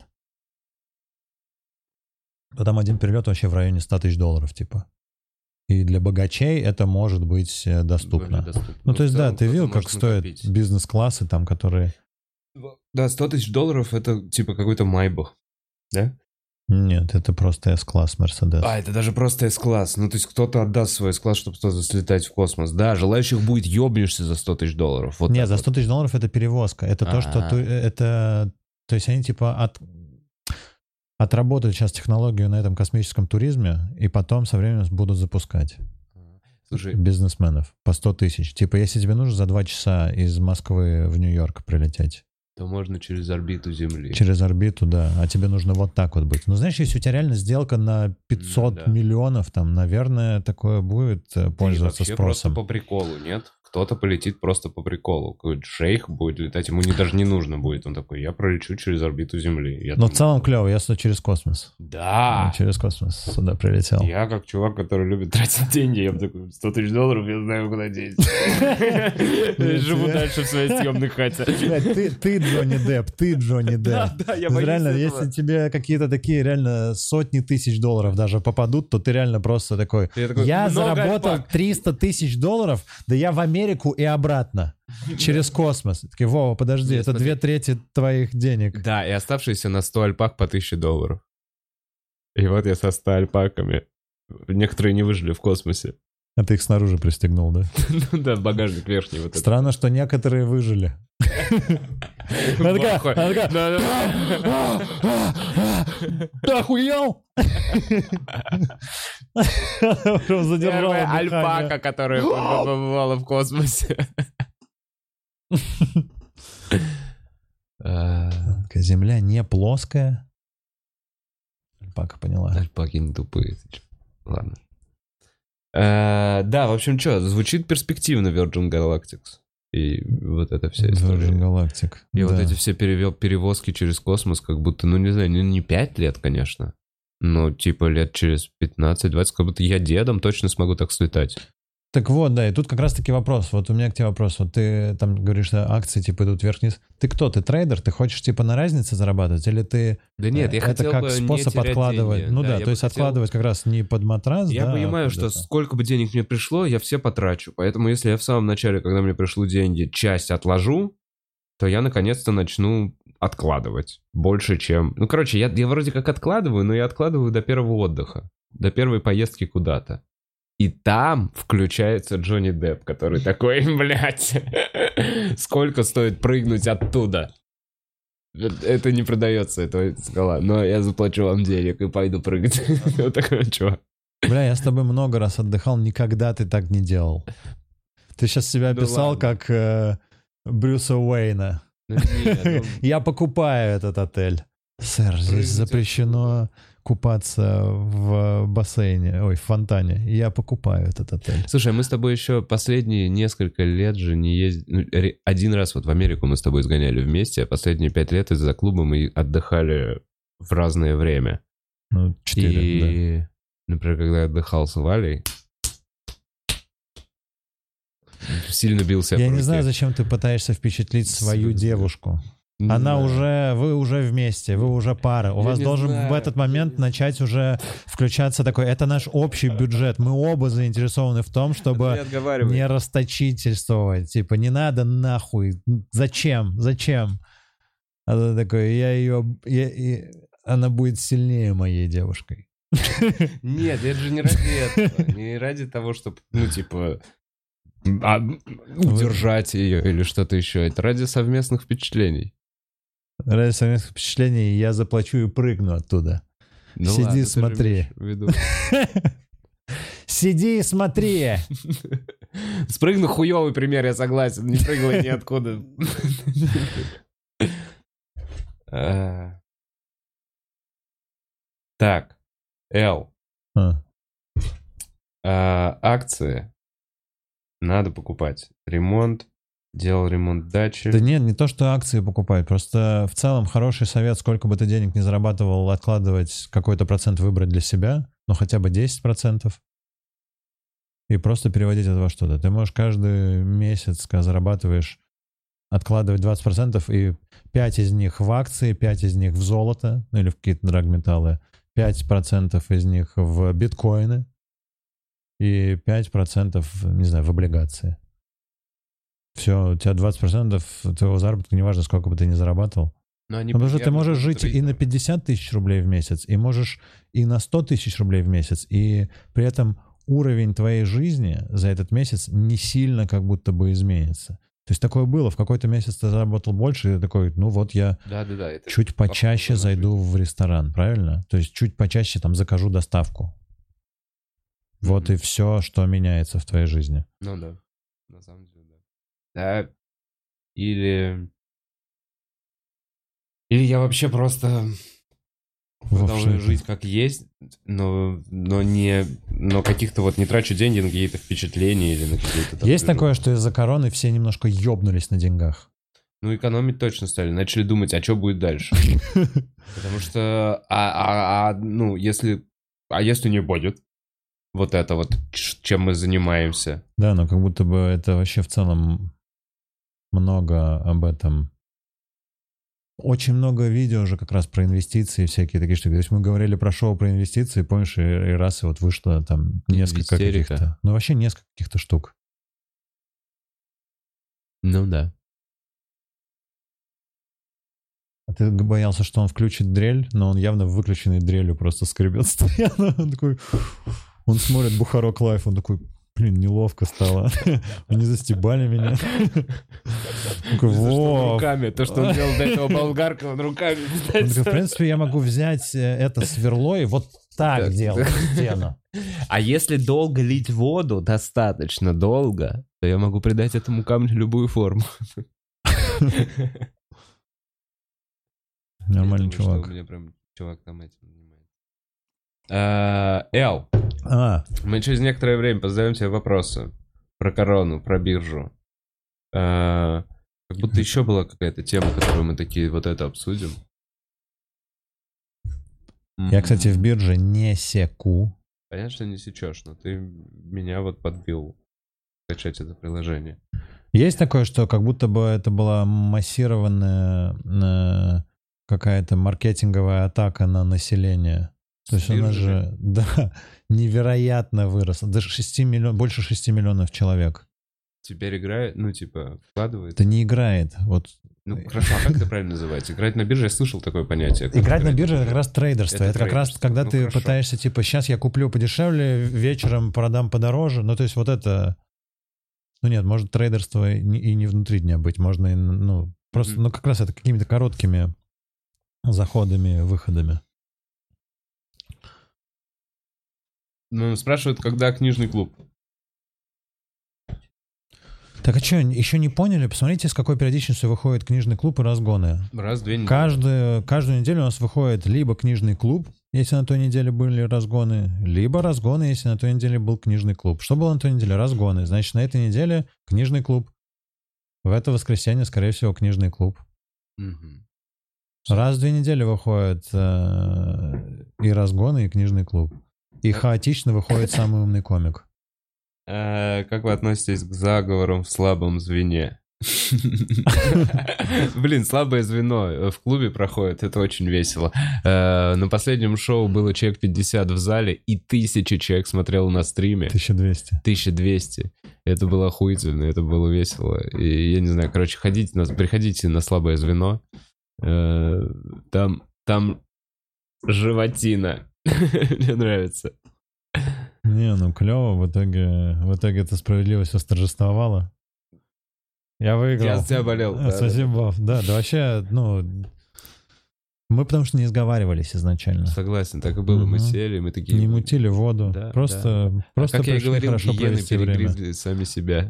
Speaker 2: то там один перелет вообще в районе сто тысяч долларов, типа. И для богачей это может быть доступно. доступно. Ну, то есть, да, ты видел, как стоят накопить. Бизнес-классы там, которые...
Speaker 1: Да, сто тысяч долларов это типа какой-то Майбах, да?
Speaker 2: Нет, это просто эс-класс Мерседес.
Speaker 1: А, это даже просто эс-класс. Ну, то есть кто-то отдаст свой эс-класс, чтобы кто-то слетать в космос. Да, желающих будет ёбнешься за сто тысяч долларов. Вот
Speaker 2: Нет, за сто
Speaker 1: вот.
Speaker 2: тысяч долларов это перевозка. Это А-а-а. то, что... Ты, это, то есть они типа от, отработают сейчас технологию на этом космическом туризме, и потом со временем будут запускать. Слушай, бизнесменов по сто тысяч. Типа, если тебе нужно за два часа из Москвы в Нью-Йорк прилететь,
Speaker 1: то можно через орбиту Земли.
Speaker 2: Через орбиту, да. А тебе нужно вот так вот быть. Ну, знаешь, если у тебя реально сделка на пятьсот да. миллионов, там, наверное, такое будет пользоваться да спросом.
Speaker 1: Просто по приколу, нет? Кто-то полетит просто по приколу. Какой-то шейх будет летать, ему не, даже не нужно будет. Он такой, я пролечу через орбиту Земли. Я
Speaker 2: Но
Speaker 1: там...
Speaker 2: в целом клево, я сюда через космос.
Speaker 1: Да!
Speaker 2: Я через космос сюда прилетел.
Speaker 1: Я как чувак, который любит тратить деньги, я бы такой, сто тысяч долларов, я знаю, куда деть. Живу дальше в своей съемной хате.
Speaker 2: Ты Джонни Депп, ты Джонни Депп.
Speaker 1: Да, да, я боюсь
Speaker 2: реально,
Speaker 1: этого.
Speaker 2: Если тебе какие-то такие реально сотни тысяч долларов даже попадут, то ты реально просто такой, я, такой, я заработал альпак. триста тысяч долларов, да я в Америку и обратно. Через космос. Такие, Вова, подожди, Нет, это смотри. две трети твоих денег.
Speaker 1: Да, и оставшиеся на сто альпак по тысяче долларов. И вот я со ста альпаками. Некоторые не выжили в космосе.
Speaker 2: А ты их снаружи пристегнул, да?
Speaker 1: Ну да, багажник верхний вот этот.
Speaker 2: Странно, что некоторые выжили. Она такая... Ты охуел?
Speaker 1: Первая альпака, которая побывала в космосе.
Speaker 2: Земля не плоская. Альпака поняла.
Speaker 1: Альпаки не тупые. Ладно. Да, в общем, что, звучит перспективно Virgin Galactic. И вот это вся история.
Speaker 2: Virgin Galactic.
Speaker 1: И вот эти все перевозки через космос, как будто, ну не знаю, не пять лет, конечно. Но типа лет через пятнадцать-двадцать, как будто я дедом точно смогу так слетать.
Speaker 2: Так вот, да, и тут как раз-таки вопрос. Вот у меня к тебе вопрос. Вот ты там говоришь, что акции типа идут вверх-вниз. Ты кто? Ты трейдер? Ты хочешь типа на разнице зарабатывать? Или ты...
Speaker 1: Да нет, я
Speaker 2: это
Speaker 1: хотел
Speaker 2: как
Speaker 1: бы
Speaker 2: способ
Speaker 1: не терять
Speaker 2: откладывать?
Speaker 1: деньги.
Speaker 2: Ну да,
Speaker 1: да
Speaker 2: то есть хотел... откладывать как раз не под матрас,
Speaker 1: я
Speaker 2: да,
Speaker 1: понимаю,
Speaker 2: а
Speaker 1: что
Speaker 2: это...
Speaker 1: сколько бы денег мне пришло, я все потрачу. Поэтому если я в самом начале, когда мне пришло деньги, часть отложу, то я наконец-то начну откладывать больше, чем... Ну, короче, я, я вроде как откладываю, но я откладываю до первого отдыха, до первой поездки куда-то. И там включается Джонни Депп, который такой, блядь, сколько стоит прыгнуть оттуда? Это не продается, это скала. Но я заплачу вам денег и пойду прыгать. Вот такой чувак.
Speaker 2: Бля, я с тобой много раз отдыхал, никогда ты так не делал. Ты сейчас себя описал как э, Брюса Уэйна. Ну, нет, ну... Я покупаю этот отель. Сэр, здесь запрещено купаться в бассейне, ой, в фонтане. Я покупаю этот отель.
Speaker 1: Слушай, мы с тобой еще последние несколько лет же не ездили. Один раз вот в Америку мы с тобой сгоняли вместе, а последние пять лет из-за клуба мы отдыхали в разное время.
Speaker 2: Ну, четыре,
Speaker 1: И,
Speaker 2: да.
Speaker 1: например, когда я отдыхал с Валей, сильно бился
Speaker 2: Я
Speaker 1: по
Speaker 2: не
Speaker 1: руке.
Speaker 2: знаю, зачем ты пытаешься впечатлить свою
Speaker 1: С-
Speaker 2: девушку.
Speaker 1: Не
Speaker 2: Она
Speaker 1: знаю.
Speaker 2: уже, вы уже вместе, вы уже пара. У
Speaker 1: Я
Speaker 2: вас
Speaker 1: не
Speaker 2: должен
Speaker 1: знаю.
Speaker 2: в этот момент
Speaker 1: Я не
Speaker 2: начать уже включаться такой, это наш общий бюджет. Мы оба заинтересованы в том,
Speaker 1: Не
Speaker 2: чтобы
Speaker 1: отговаривай.
Speaker 2: не расточительствовать. Типа, не надо нахуй. Зачем? Зачем? Она такой, я ее... я- и- она будет сильнее моей девушкой.
Speaker 1: Нет, это же не ради этого. Не ради того, чтобы, ну, типа, а, удержать ее или что-то еще. Это ради совместных впечатлений.
Speaker 2: Ради совместных впечатлений я заплачу и прыгну оттуда.
Speaker 1: Ну
Speaker 2: Сиди,
Speaker 1: ладно, ты же
Speaker 2: смотри.
Speaker 1: имеешь в виду.
Speaker 2: Сиди и смотри.
Speaker 1: Спрыгну хуёвый пример, я согласен. Не прыгай ниоткуда. А. Так, Эл.
Speaker 2: А.
Speaker 1: А, акции надо покупать. Ремонт. Делал ремонт дачи.
Speaker 2: Да нет, не то, что акции покупать. Просто в целом хороший совет, сколько бы ты денег не зарабатывал, откладывать какой-то процент, выбрать для себя, ну хотя бы десять процентов. И просто переводить это во что-то. Ты можешь каждый месяц, когда зарабатываешь, откладывать двадцать процентов, и пять из них в акции, пять из них в золото, ну или в какие-то драгметаллы, пять процентов из них в биткоины и пять процентов, не знаю, в облигации. Все, у тебя двадцать процентов твоего заработка, неважно, сколько бы ты ни зарабатывал.
Speaker 1: Но они
Speaker 2: Ну, потому что ты
Speaker 1: примерно
Speaker 2: можешь
Speaker 1: будут
Speaker 2: жить и на пятьдесят тысяч рублей в месяц, и можешь и на сто тысяч рублей в месяц, и при этом уровень твоей жизни за этот месяц не сильно как будто бы изменится. То есть такое было, в какой-то месяц ты заработал больше, и ты такой, ну вот я
Speaker 1: Да-да-да, это
Speaker 2: чуть почаще
Speaker 1: похоже на
Speaker 2: зайду в ресторан, правильно? То есть чуть почаще там закажу доставку. Вот
Speaker 1: Мгм.
Speaker 2: и все, что меняется в твоей жизни.
Speaker 1: Ну да, на самом деле, да. Да, или... Или я вообще просто продолжаю
Speaker 2: Вовсе
Speaker 1: жить как есть, но, но не... Но каких-то вот не трачу деньги на какие-то впечатления или на какие-то... там
Speaker 2: Есть
Speaker 1: движухи.
Speaker 2: такое, что из-за короны все немножко ёбнулись на деньгах.
Speaker 1: Ну, экономить точно стали. Начали думать, а что будет дальше. Потому что... А, а, а, ну, если... А если не будет? Вот это вот, ч- чем мы занимаемся.
Speaker 2: Да, но как будто бы это вообще в целом много об этом. Очень много видео уже как раз про инвестиции, всякие такие штуки. То есть мы говорили про шоу про инвестиции, помнишь, и, и раз и вот вышло там несколько
Speaker 1: Инвестерика.
Speaker 2: каких-то... Ну вообще несколько каких-то штук.
Speaker 1: Ну да.
Speaker 2: А ты боялся, что он включит дрель, но он явно выключенной дрелью просто скребет постоянно. Он такой... Он смотрит Бухарок Лайф, он такой, блин, неловко стало. Они застебали меня. Такой,
Speaker 1: За что он
Speaker 2: во.
Speaker 1: руками? То, что он делал до этого болгарка, он руками.
Speaker 2: Он такой, в принципе, я могу взять э, это сверло и вот так
Speaker 1: Так,
Speaker 2: делать
Speaker 1: да.
Speaker 2: стену.
Speaker 1: А если долго лить воду, достаточно долго, то я могу придать этому камню любую форму.
Speaker 2: Нормальный
Speaker 1: Я думаю, что
Speaker 2: чувак.
Speaker 1: у меня прям чувак там этим занимается. А, Эл,
Speaker 2: А,
Speaker 1: мы через некоторое время позадаем тебе вопросы про корону, про биржу. А, Как будто еще была какая-то тема, которую мы такие вот это обсудим.
Speaker 2: я, кстати, в бирже не секу.
Speaker 1: Понятно, что не сечешь, но ты меня вот подбил скачать это приложение.
Speaker 2: Есть такое, что как будто бы это была массированная э, какая-то маркетинговая атака на население. То есть она же, да, невероятно выросла. Даже шесть миллионов, больше шести миллионов человек.
Speaker 1: Теперь играет, ну, типа, вкладывает.
Speaker 2: Это не играет. Вот.
Speaker 1: Ну, хорошо, а как это правильно называется? Играть на бирже, я слышал такое понятие. как
Speaker 2: Играть на бирже — это как раз трейдерство.
Speaker 1: Это
Speaker 2: Это, как раз
Speaker 1: трейдерство.
Speaker 2: когда
Speaker 1: Ну,
Speaker 2: ты
Speaker 1: хорошо.
Speaker 2: пытаешься, типа, сейчас я куплю подешевле, вечером продам подороже. Ну, то есть вот это... Ну нет, может трейдерство и не, и не внутри дня быть. Можно, и, ну, просто,
Speaker 1: Мгм.
Speaker 2: ну, как раз это какими-то короткими заходами, выходами.
Speaker 1: Ну, спрашивают, когда книжный клуб.
Speaker 2: Так а что, еще не поняли? Посмотрите, с какой периодичностью выходит книжный клуб и разгоны.
Speaker 1: Раз в две недели.
Speaker 2: Каждую, каждую неделю у нас выходит либо книжный клуб, если на той неделе были разгоны, либо разгоны, если на той неделе был книжный клуб. Что было на той неделе? Разгоны. Значит, на этой неделе книжный клуб. В это воскресенье, скорее всего, книжный клуб.
Speaker 1: Мгм.
Speaker 2: Раз в две недели выходит э, и разгоны, и книжный клуб. И хаотично выходит самый умный комик.
Speaker 1: А, как вы относитесь к заговорам в слабом звене? Блин, слабое звено в клубе проходит, это очень весело. На последнем шоу было человек пятьдесят в зале, и тысяча человек смотрело на стриме.
Speaker 2: тысяча двести.
Speaker 1: тысяча двести. Это было охуительно, это было весело. И я не знаю, короче, ходите на, приходите на слабое звено. Там, там животина. Мне нравится.
Speaker 2: Не, ну клево, в итоге, в итоге эта справедливость восторжествовала. Я выиграл.
Speaker 1: Я за тебя болел. Да,
Speaker 2: Спасибо. Да, да, да, вообще, ну, мы потому что не сговаривались изначально.
Speaker 1: Согласен, так и было. Угу. Мы сели, мы такие...
Speaker 2: Не мутили воду.
Speaker 1: Да,
Speaker 2: просто,
Speaker 1: да.
Speaker 2: просто
Speaker 1: а как я и говорил,
Speaker 2: хорошо
Speaker 1: гиены перегрызли сами себя.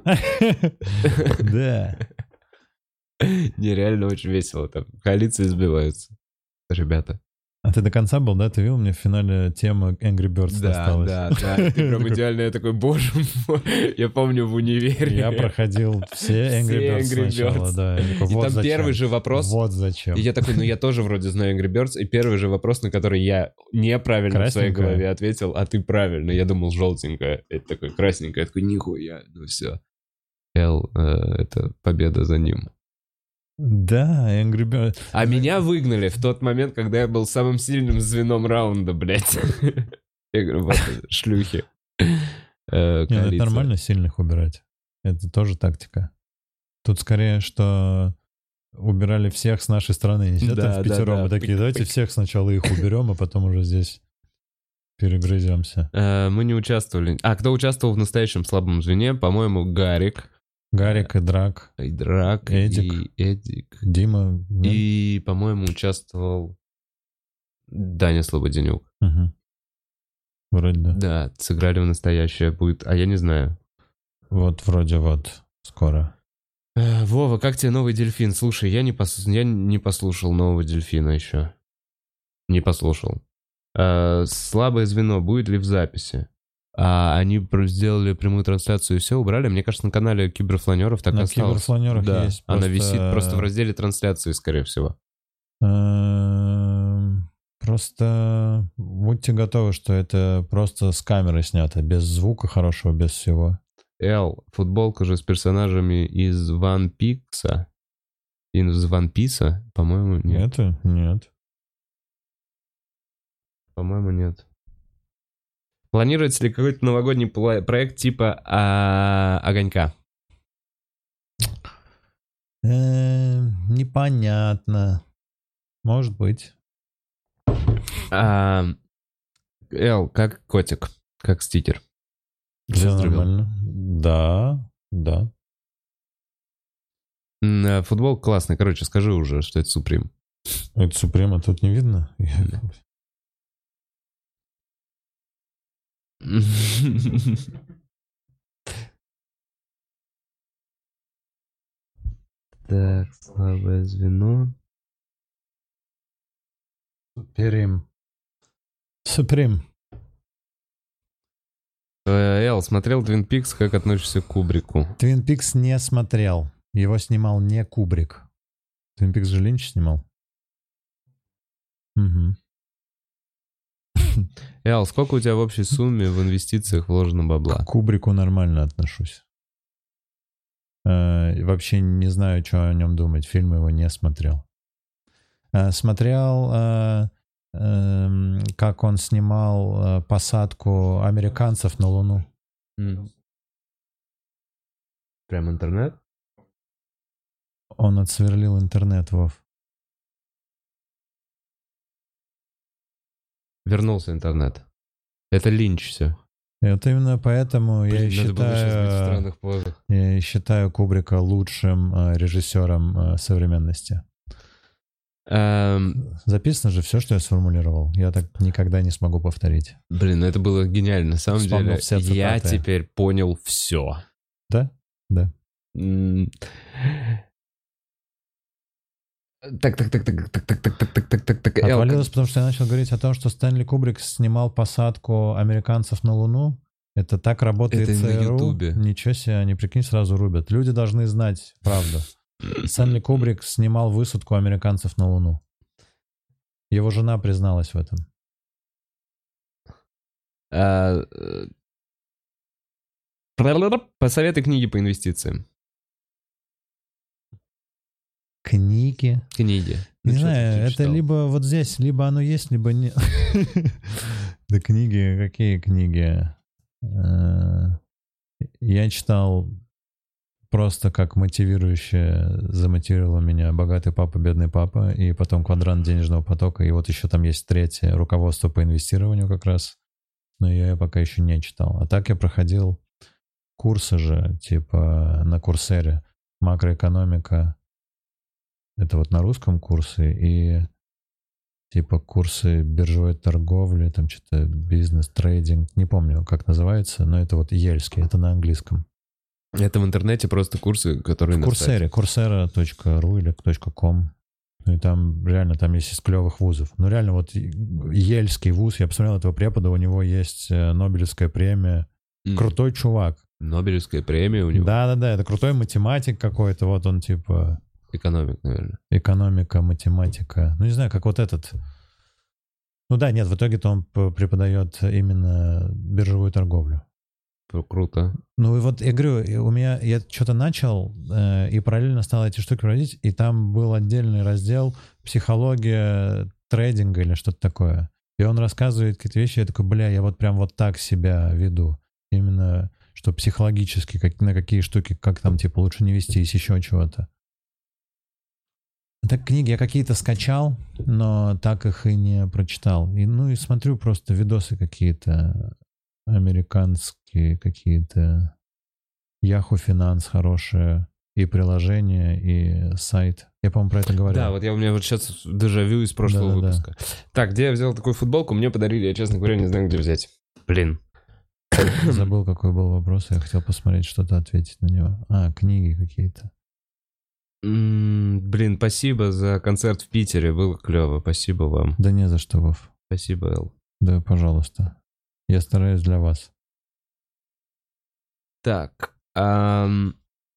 Speaker 2: Да.
Speaker 1: Нереально очень весело. Там коалиции сбиваются. Ребята.
Speaker 2: А ты до конца был, да? Ты видел, мне в финале тема Angry Birds
Speaker 1: да,
Speaker 2: досталась.
Speaker 1: Да, да, да. Ты прям идеально, я такой, боже мой. Я помню в универе.
Speaker 2: Я проходил все Angry Birds
Speaker 1: Angry
Speaker 2: сначала,
Speaker 1: Birds.
Speaker 2: да.
Speaker 1: И
Speaker 2: вот
Speaker 1: там
Speaker 2: зачем?
Speaker 1: Первый же вопрос.
Speaker 2: Вот зачем.
Speaker 1: И я такой, ну я тоже вроде знаю Angry Birds. И первый же вопрос, на который я неправильно в своей голове ответил, а ты правильно. Я думал, желтенькая. Это такой красненькая. Я такой, нихуя, ну все. Эл, э, это победа за ним.
Speaker 2: Да, Angry Birds.
Speaker 1: А меня выгнали в тот момент, когда я был самым сильным звеном раунда, блядь. Я говорю, вот шлюхи.
Speaker 2: Нет, это нормально сильных убирать. Это тоже тактика. Тут скорее, что убирали всех с нашей стороны. Не сидят в пятером, мы такие, давайте всех сначала их уберем, а потом уже здесь перегрыземся.
Speaker 1: Мы не участвовали. А кто участвовал в настоящем слабом звене? По-моему, Гарик.
Speaker 2: Гарик и Драк.
Speaker 1: И Драк,
Speaker 2: Эдик.
Speaker 1: и Эдик.
Speaker 2: Дима.
Speaker 1: Нет? И, по-моему, участвовал Даня Слободенюк.
Speaker 2: Угу. Вроде да.
Speaker 1: Да, сыграли в настоящее будет, а я не знаю.
Speaker 2: Вот вроде вот, скоро.
Speaker 1: Вова, как тебе новый дельфин? Слушай, я не, пос... я не послушал нового дельфина еще. Не послушал. А, слабое звено будет ли в записи? А они сделали прямую трансляцию и все убрали. Мне кажется, на канале Киберфланеров так и осталось.
Speaker 2: На Киберфланерах
Speaker 1: да.
Speaker 2: есть.
Speaker 1: Она
Speaker 2: просто...
Speaker 1: висит просто в разделе трансляции, скорее всего.
Speaker 2: Просто будьте готовы, что это просто с камеры снято, без звука хорошего, без всего.
Speaker 1: Эл, футболка же с персонажами из One Piece. Из One Piece? По-моему, нет.
Speaker 2: Это? Нет.
Speaker 1: По-моему, нет. Планируется ли какой-то новогодний проект типа а, Огонька?
Speaker 2: Э, непонятно. Может быть.
Speaker 1: А, Эл, как котик? Как стикер?
Speaker 2: Все нормально. Да, да.
Speaker 1: Футбол классный. Короче, скажи уже, что это Supreme.
Speaker 2: Это Supreme, а тут не видно?
Speaker 1: Да. Так, слабое звено.
Speaker 2: Supreme. Supreme.
Speaker 1: Эл, смотрел Twin Peaks, как относишься к Кубрику?
Speaker 2: Twin Peaks не смотрел. Его снимал не Кубрик. Twin Peaks же Линч снимал. Угу.
Speaker 1: Эл, сколько у тебя в общей сумме в инвестициях вложено бабла?
Speaker 2: К Кубрику нормально отношусь. Э, вообще не знаю, что о нем думать. Фильм его не смотрел. Э, смотрел, э, э, как он снимал э, посадку американцев на Луну.
Speaker 1: Mm. Прям интернет?
Speaker 2: Он отсверлил интернет, Вов.
Speaker 1: Вернулся интернет. Это Линч все.
Speaker 2: Это именно поэтому Блин, я, и считаю, я и считаю Кубрика лучшим э, режиссером э, современности.
Speaker 1: Um,
Speaker 2: Записано же все, что я сформулировал. Я так никогда не смогу повторить.
Speaker 1: Блин, это было гениально. На самом
Speaker 2: Вспомнил
Speaker 1: деле,
Speaker 2: все
Speaker 1: я теперь понял все.
Speaker 2: Да? Да.
Speaker 1: Mm. Так, так, так, так, так, так, так, так, так, так, так, так.
Speaker 2: Отвалилось, потому что я начал говорить о том, что Стэнли Кубрик снимал посадку американцев на Луну. Это так работает
Speaker 1: это
Speaker 2: ЦРУ.
Speaker 1: На Ютубе.
Speaker 2: Ничего себе, они, прикинь, сразу рубят. Люди должны знать правду. Стэнли Кубрик снимал высадку американцев на Луну. Его жена призналась в этом.
Speaker 1: А, посоветуй книги по инвестициям.
Speaker 2: Книги.
Speaker 1: Книги.
Speaker 2: Не
Speaker 1: Ну,
Speaker 2: знаю, это
Speaker 1: читал?
Speaker 2: либо вот здесь, либо оно есть, либо нет. Да книги, какие книги? Я читал просто как мотивирующее, замотивировал меня «Богатый папа, бедный папа», и потом «Квадрант денежного потока», и вот еще там есть третье «Руководство по инвестированию» как раз, но я ее пока еще не читал. А так я проходил курсы же, типа на Курсере, макроэкономика, это вот на русском курсы, и типа курсы биржевой торговли, там что-то бизнес, трейдинг, не помню, как называется, но это вот ельский, это на английском.
Speaker 1: Это в интернете просто курсы, которые
Speaker 2: В
Speaker 1: на
Speaker 2: Курсере, курсера точка ру или .ком. И там реально, там есть из клевых вузов. Ну реально вот ельский вуз, я посмотрел этого препода, у него есть Нобелевская премия.
Speaker 1: Mm.
Speaker 2: Крутой чувак.
Speaker 1: Нобелевская премия у него.
Speaker 2: Да-да-да, это крутой математик какой-то, вот он типа...
Speaker 1: Экономик, наверное.
Speaker 2: Экономика, математика. Ну не знаю, как вот этот... Ну да, нет, в итоге-то он преподает именно биржевую торговлю.
Speaker 1: Круто.
Speaker 2: Ну и вот я говорю, у меня я что-то начал э, и параллельно стал эти штуки проводить, и там был отдельный раздел психология трейдинга или что-то такое. И он рассказывает какие-то вещи, я такой, бля, я вот прям вот так себя веду. Именно, что психологически, как, на какие штуки, как там типа лучше не вестись, еще чего-то. Так книги я какие-то скачал, но так их и не прочитал. И, ну и смотрю просто видосы какие-то американские, какие-то Yahoo Finance хорошие, и приложение, и сайт. Я, по-моему, про это говорил.
Speaker 1: Да, вот я у меня вот сейчас дежавю из прошлого
Speaker 2: Да-да-да.
Speaker 1: выпуска. Так, где я взял такую футболку, мне подарили, я, честно говоря, не знаю, где взять. Блин.
Speaker 2: Забыл, какой был вопрос, я хотел посмотреть, что-то ответить на него. А, книги какие-то.
Speaker 1: М, Блин, спасибо за концерт в Питере, было клево, спасибо вам.
Speaker 2: Да не за что, Вов.
Speaker 1: Спасибо, Эл.
Speaker 2: Да, пожалуйста. Я стараюсь для вас.
Speaker 1: Так, ам,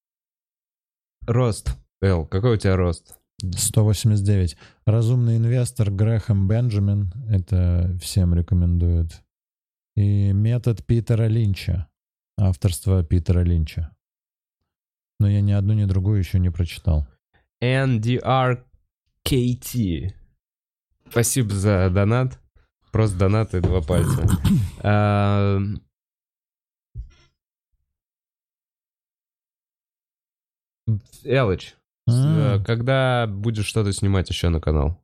Speaker 1: рост. Эл, какой у тебя рост?
Speaker 2: сто восемьдесят девять. Разумный инвестор Грэхэм Бенджамин. Это всем рекомендуют. И метод Питера Линча. Авторство Питера Линча. Но я ни одну, ни другую еще не прочитал.
Speaker 1: эн ди ар кей ти. Спасибо за донат. Просто донат и два пальца. Ам, Элыч, с-
Speaker 2: А.
Speaker 1: когда будешь что-то снимать еще на канал?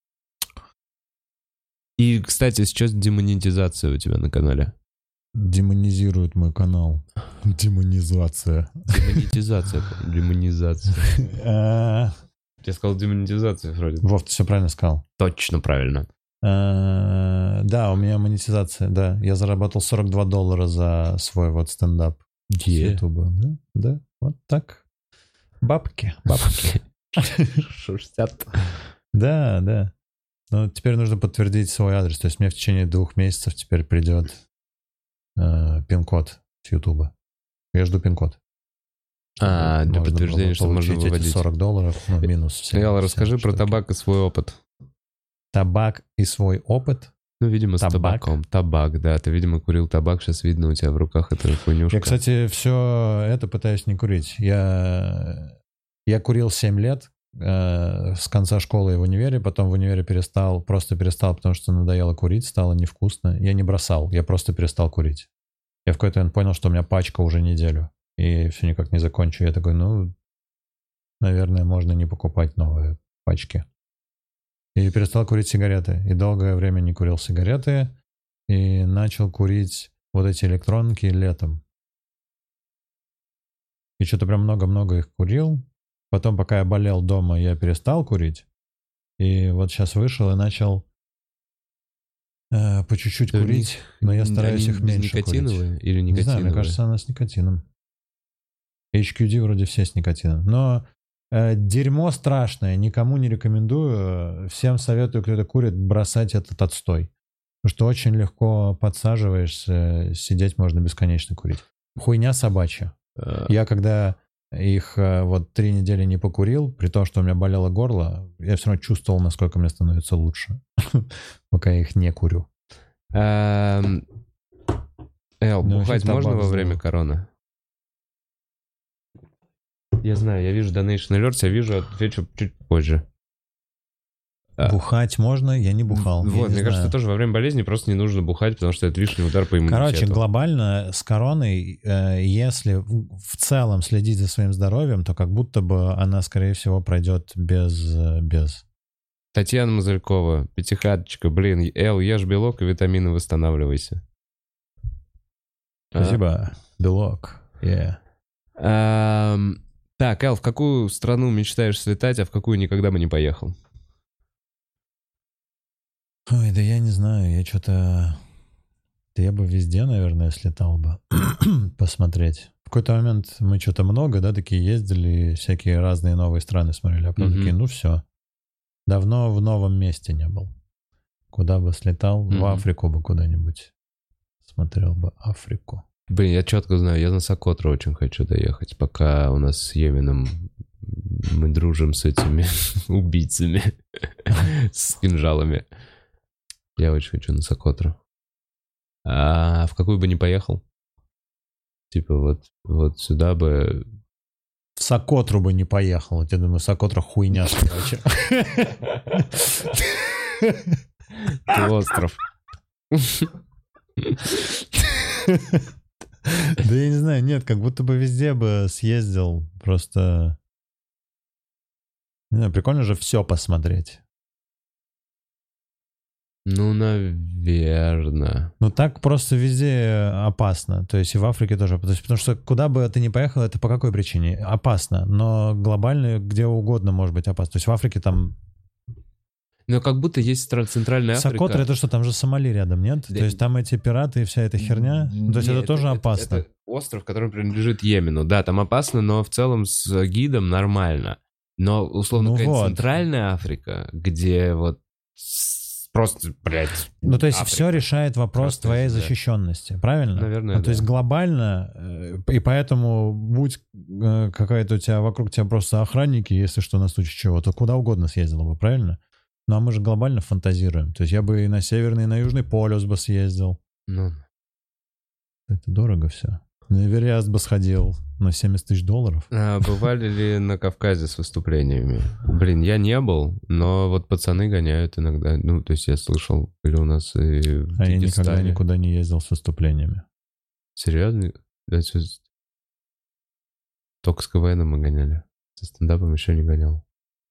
Speaker 1: И, кстати, сейчас демонетизация у тебя на канале.
Speaker 2: Демонизирует мой канал. Демонизация.
Speaker 1: Демонетизация. Демонизация.
Speaker 2: А,
Speaker 1: Я сказал демонетизация вроде.
Speaker 2: Вов, ты все правильно сказал.
Speaker 1: Точно правильно.
Speaker 2: А, Да, у меня монетизация, да. Я заработал сорок два доллара за свой вот стендап с
Speaker 1: Где?
Speaker 2: Ютуба. Да, да, вот так. Бабки, бабки.
Speaker 1: шестьдесят.
Speaker 2: Да, да. Но теперь нужно подтвердить свой адрес. То есть мне в течение двух месяцев теперь придет э, пин-код с Ютуба. Я жду пин-код.
Speaker 1: А, для
Speaker 2: Можно
Speaker 1: подтверждения,
Speaker 2: было
Speaker 1: что можно
Speaker 2: получить эти
Speaker 1: выводить.
Speaker 2: сорок долларов, ну, минус все.
Speaker 1: Эл,
Speaker 2: все
Speaker 1: расскажи про
Speaker 2: штуки.
Speaker 1: табак и свой опыт.
Speaker 2: Табак и свой опыт.
Speaker 1: Ну, видимо, с
Speaker 2: Табак?
Speaker 1: табаком. Табак, да. Ты, видимо, курил табак. Сейчас видно у тебя в руках эту хуйнюшка.
Speaker 2: Я, кстати, все это пытаюсь не курить. Я, я курил семь лет э, с конца школы и в универе, потом в универе перестал, просто перестал, потому что надоело курить, стало невкусно. Я не бросал, я просто перестал курить. Я в какой-то момент понял, что у меня пачка уже неделю, и все никак не закончу. Я такой, ну, наверное, можно не покупать новые пачки. И перестал курить сигареты. И долгое время не курил сигареты. И начал курить вот эти электронки летом. И что-то прям много-много их курил. Потом, пока я болел дома, я перестал курить. И вот сейчас вышел и начал э, по чуть-чуть
Speaker 1: Они-
Speaker 2: курить. Но я стараюсь
Speaker 1: Они
Speaker 2: их меньше
Speaker 1: никотиновые
Speaker 2: курить.
Speaker 1: или
Speaker 2: Не знаю,
Speaker 1: никотиновые?
Speaker 2: мне кажется, она с никотином. эйч кью ди вроде все с никотином. Но э, дерьмо страшное, никому не рекомендую. Всем советую, кто это курит, бросать этот отстой. Потому что очень легко подсаживаешься, сидеть можно бесконечно курить. Хуйня собачья.
Speaker 1: А,
Speaker 2: Я когда их вот три недели не покурил, при том, что у меня болело горло, я все равно чувствовал, насколько мне становится лучше, пока я их не курю.
Speaker 1: Эл, бухать можно во время короны? Я знаю, я вижу Donation Alerts, я вижу, отвечу чуть позже.
Speaker 2: Бухать можно, я не бухал.
Speaker 1: Вот, мне кажется, тоже во время болезни просто не нужно бухать, потому что это лишний удар по иммунитету.
Speaker 2: Короче, глобально с короной, если в целом следить за своим здоровьем, то как будто бы она, скорее всего, пройдет без... без.
Speaker 1: Татьяна Мазалькова, пятихаточка, блин, Эл, ешь белок и витамины, восстанавливайся.
Speaker 2: Спасибо, а? Белок, yeah.
Speaker 1: а, Так, Эл, в какую страну мечтаешь слетать, а в какую никогда бы не поехал?
Speaker 2: Ой, да я не знаю, я что-то... Да я бы везде, наверное, слетал бы посмотреть. В какой-то момент мы что-то много, да, такие ездили, всякие разные новые страны смотрели, а потом mm-hmm. такие, ну все. Давно в новом месте не был. Куда бы слетал? Mm-hmm. В Африку бы куда-нибудь. Смотрел бы Африку.
Speaker 1: Блин, я четко знаю, я на Сокотру очень хочу доехать, пока у нас с Йемином мы дружим с этими убийцами, с кинжалами. Я очень хочу на Сокотру. А в какую бы не поехал? Типа вот, вот сюда бы...
Speaker 2: В Сокотру бы не поехал. Я думаю, Сокотра хуйня, короче.
Speaker 1: Ты остров.
Speaker 2: Да я не знаю, нет, как будто бы везде бы съездил. Просто... Не знаю, прикольно же все посмотреть.
Speaker 1: Ну, наверное.
Speaker 2: Ну, так просто везде опасно. То есть и в Африке тоже. То есть, потому что куда бы ты ни поехал, это по какой причине? Опасно. Но глобально где угодно может быть опасно. То есть в Африке там...
Speaker 1: Но как будто есть Центральная Африка.
Speaker 2: Сокотра — это что, там же Сомали рядом, нет? Да. То есть там эти пираты и вся эта херня?
Speaker 1: Нет,
Speaker 2: то есть это, это тоже
Speaker 1: это,
Speaker 2: опасно?
Speaker 1: Это, это остров, который принадлежит Йемену. Да, там опасно, но в целом с гидом нормально. Но, условно,
Speaker 2: ну
Speaker 1: какая-то
Speaker 2: вот.
Speaker 1: Центральная Африка, где вот... Просто, блядь.
Speaker 2: Ну, то есть
Speaker 1: Африка.
Speaker 2: все решает вопрос
Speaker 1: Просто
Speaker 2: твоей
Speaker 1: да.
Speaker 2: защищенности, правильно?
Speaker 1: Наверное,
Speaker 2: ну,
Speaker 1: да.
Speaker 2: То есть глобально, и поэтому будь какая-то у тебя, вокруг тебя просто охранники, если что, на случай чего, то куда угодно съездил бы, правильно? Ну, а мы же глобально фантазируем. То есть я бы и на Северный, и на Южный полюс бы съездил.
Speaker 1: Ну.
Speaker 2: Это дорого все. На Эверест бы сходил на семьдесят тысяч долларов.
Speaker 1: А бывали ли на Кавказе с выступлениями? Блин, я не был, но вот пацаны гоняют иногда. Ну, то есть я слышал, были у нас и в
Speaker 2: А я никогда никуда не ездил с выступлениями.
Speaker 1: Серьезно? Да, только с КВНом мы гоняли. Со стендапом еще не гонял.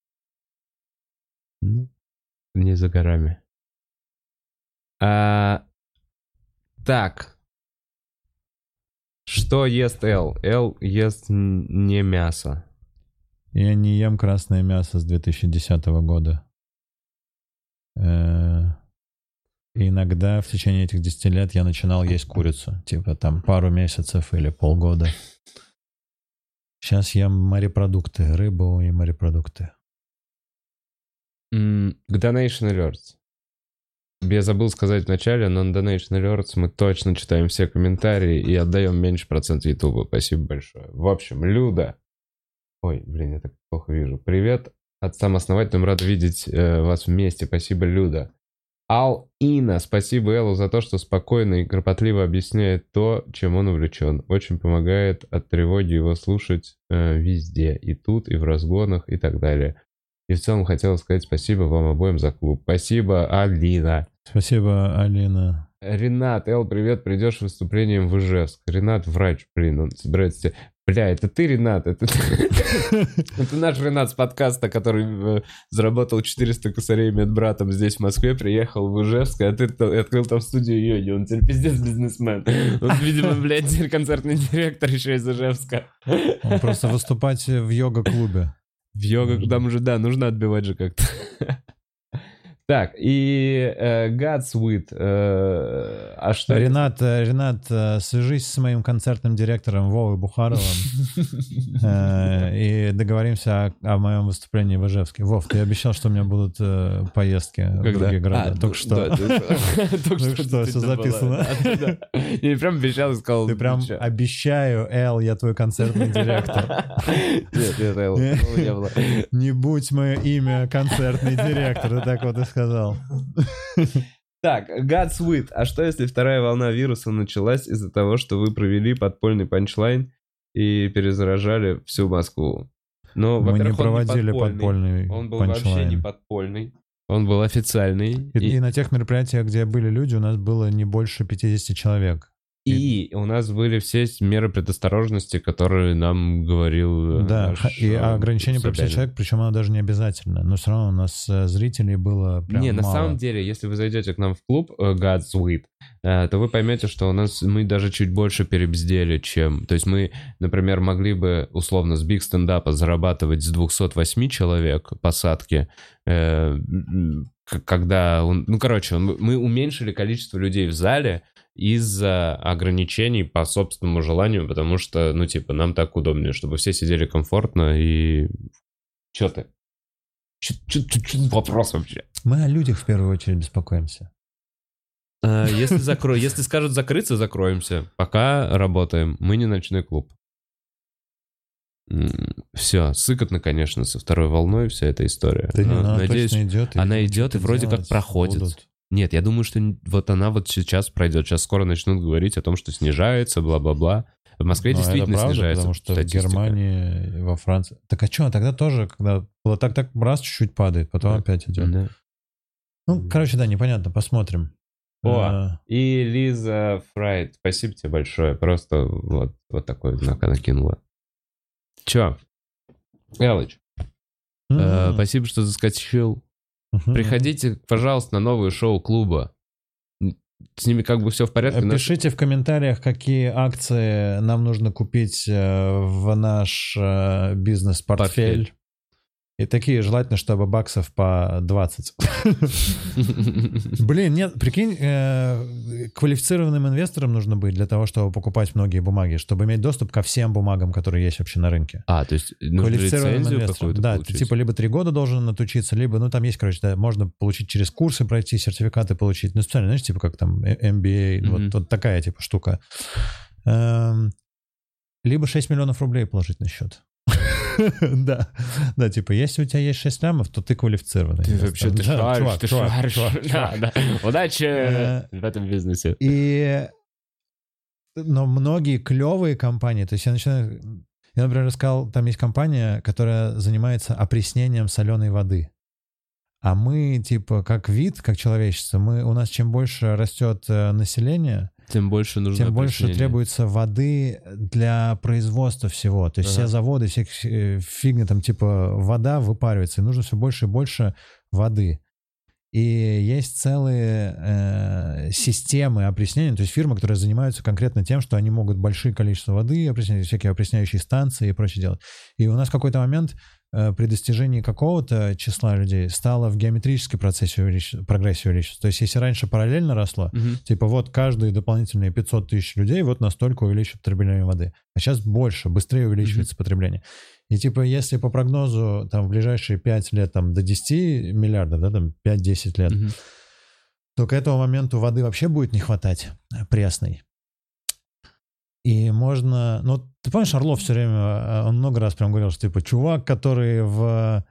Speaker 1: Ну, не за горами. А, так. Что ест Эл? Эл ест не мясо.
Speaker 2: Я не ем красное мясо с две тысячи десятого года. И иногда в течение этих десяти лет я начинал есть курицу. Типа там пару месяцев или полгода. Сейчас ем морепродукты, рыбу и морепродукты.
Speaker 1: Mm, к Donation Alerts. Я забыл сказать в начале, но на Donation Alerts мы точно читаем все комментарии и отдаем меньше процент Ютуба. Спасибо большое. В общем, Люда. Ой, блин, я так плохо вижу. Привет, отцам-основателям. Рад видеть э, вас вместе. Спасибо, Люда. Ал Ина. Спасибо Эллу за то, что спокойно и кропотливо объясняет то, чем он увлечен. Очень помогает от тревоги его слушать э, везде. И тут, и в разгонах, и так далее. И в целом хотела сказать спасибо вам обоим за клуб. Спасибо, Алина.
Speaker 2: Спасибо, Алина.
Speaker 1: Ренат, Эл, привет, придешь с выступлением в Ижевск. Ренат врач, блин, он собирается... Бля, это ты, Ренат? Это наш Ренат с подкаста, который заработал четыреста косарей медбратом здесь, в Москве, приехал в Ижевск, а ты открыл там студию йоги. Он теперь пиздец бизнесмен. Он, видимо, блядь, теперь концертный директор еще из Ижевска.
Speaker 2: Он просто выступать в йога-клубе.
Speaker 1: В йога, там уже, да, нужно отбивать же как-то. Так, и э, Godsweet. Э, а что
Speaker 2: Ренат, э, Ренат, э, свяжись с моим концертным директором Вовой Бухаровым э, и договоримся о, о моем выступлении в Ижевске. Вов, ты обещал, что у меня будут э, поездки в
Speaker 1: Когда?
Speaker 2: другие города.
Speaker 1: А,
Speaker 2: Только
Speaker 1: да,
Speaker 2: что.
Speaker 1: да, да. Только
Speaker 2: Только что, все записано.
Speaker 1: Я прям обещал и сказал.
Speaker 2: Ты прям
Speaker 1: ничего.
Speaker 2: обещаю, Эл, я твой концертный директор.
Speaker 1: Нет, нет, Эл, такого не было.
Speaker 2: Не будь мое имя концертный директор, ты так вот и сказал.
Speaker 1: Так, Godsweet. А что, если вторая волна вируса началась из-за того, что вы провели подпольный панчлайн и перезаражали всю Москву? Но,
Speaker 2: Мы не
Speaker 1: во-первых, он
Speaker 2: проводили
Speaker 1: подпольный.
Speaker 2: подпольный
Speaker 1: Он был вообще
Speaker 2: панчлайн.
Speaker 1: не подпольный. Он был официальный.
Speaker 2: И,
Speaker 1: И,
Speaker 2: и на тех мероприятиях, где были люди, у нас было не больше пятьдесят человек.
Speaker 1: и у нас были все меры предосторожности, которые нам говорил
Speaker 2: Да,
Speaker 1: наш
Speaker 2: и
Speaker 1: э,
Speaker 2: ограничение про пятьдесят
Speaker 1: соперник.
Speaker 2: человек, причем оно даже не обязательно. Но все равно у нас э, зрителей было прям
Speaker 1: Не, на
Speaker 2: мало.
Speaker 1: самом деле, если вы зайдете к нам в клуб э, Godsweet, э, то вы поймете, что у нас мы даже чуть больше перебздели, чем... То есть мы, например, могли бы условно с биг стендапа зарабатывать с двухсот восьми человек посадки, э, к- когда... он- Ну, короче, он- мы уменьшили количество людей в зале из-за ограничений по собственному желанию, потому что, ну, типа, нам так удобнее, чтобы все сидели комфортно и... Чё ты? Чё, чё- чё- чё за вопрос вообще?
Speaker 2: Мы о людях в первую очередь беспокоимся.
Speaker 1: А, Если, закро... Если скажут закрыться, закроемся. Пока работаем. Мы не ночной клуб. Все, сыкотно, конечно, со второй волной вся эта история.
Speaker 2: Да не,
Speaker 1: Но,
Speaker 2: она
Speaker 1: надеюсь,
Speaker 2: точно идет. и,
Speaker 1: она
Speaker 2: видимо,
Speaker 1: идет и
Speaker 2: что-то
Speaker 1: вроде как
Speaker 2: делать
Speaker 1: проходит.
Speaker 2: будут.
Speaker 1: Нет, я думаю, что вот она вот сейчас пройдет. Сейчас скоро начнут говорить о том, что снижается, бла-бла-бла. В Москве
Speaker 2: Но
Speaker 1: действительно
Speaker 2: это правда,
Speaker 1: снижается
Speaker 2: потому что
Speaker 1: статистика.
Speaker 2: в Германии, во Франции... Так а что, тогда тоже, когда было так-так, раз чуть-чуть падает, потом
Speaker 1: Да.
Speaker 2: опять идет.
Speaker 1: Да.
Speaker 2: Ну, короче, да, непонятно, посмотрим.
Speaker 1: О,
Speaker 2: А,
Speaker 1: и Лиза Фрайд, спасибо тебе большое. Просто вот, вот такой знак она кинула. Че? Элыч, э,
Speaker 2: м,
Speaker 1: спасибо, что заскочил.
Speaker 2: мгм.
Speaker 1: Приходите, пожалуйста, на новые шоу клуба. С ними как бы все в порядке. но-
Speaker 2: Пишите в комментариях, какие акции нам нужно купить э, в наш э, бизнес-портфель.
Speaker 1: Портфель.
Speaker 2: И такие желательно, чтобы баксов по двадцать. Блин, нет, прикинь, э, квалифицированным инвесторам нужно быть для того, чтобы покупать многие бумаги, чтобы иметь доступ ко всем бумагам, которые есть вообще на рынке.
Speaker 1: А, то есть нужно
Speaker 2: Квалифицированным
Speaker 1: лицензию
Speaker 2: инвесторам.
Speaker 1: какую-то
Speaker 2: Да, ты
Speaker 1: получить?
Speaker 2: типа либо три года должен отучиться, либо, ну там есть, короче, да, можно получить через курсы, пройти, сертификаты получить. Ну, специально, знаешь, типа как там эм би эй,
Speaker 1: Мгм.
Speaker 2: вот, вот такая типа штука. Эм, Либо шесть миллионов рублей положить на счет. Да, да, типа, если у тебя есть шесть лямов, то ты квалифицированный.
Speaker 1: Ты
Speaker 2: инвестор.
Speaker 1: вообще, ты
Speaker 2: Да,
Speaker 1: шаришь,
Speaker 2: чувак,
Speaker 1: ты
Speaker 2: чувак,
Speaker 1: шаришь.
Speaker 2: чувак,
Speaker 1: Да,
Speaker 2: чувак.
Speaker 1: да. Удачи
Speaker 2: Э,
Speaker 1: в этом бизнесе.
Speaker 2: И... Но многие клевые компании, то есть я начинаю... Я, например, рассказал, там есть компания, которая занимается опреснением соленой воды. А мы, типа, как вид, как человечество, мы, у нас чем больше растет э, население,
Speaker 1: Тем больше нужно
Speaker 2: тем больше
Speaker 1: опреснение.
Speaker 2: требуется воды для производства всего. То есть
Speaker 1: Ага.
Speaker 2: все заводы, все э, фигни, там типа вода выпаривается, и нужно все больше и больше воды. И есть целые э, системы опреснения, то есть фирмы, которые занимаются конкретно тем, что они могут большие количество воды опреснять, всякие опресняющие станции и прочее делать. И у нас в какой-то момент э, при достижении какого-то числа людей стало в геометрической процессе увеличиваться, прогрессии увеличиваться. То есть если раньше параллельно росло,
Speaker 1: Мгм.
Speaker 2: типа вот каждые дополнительные пятьсот тысяч людей вот настолько увеличивают потребление воды. А сейчас больше, быстрее увеличивается потребление. И типа если по прогнозу там в ближайшие пять лет там до десяти миллиардов, да, там пять-десять лет,
Speaker 1: Мгм.
Speaker 2: то к этому моменту воды вообще будет не хватать, э, пресной. И можно... Ну, ты помнишь, Орлов все время, э, он много раз прям говорил, что типа чувак, который в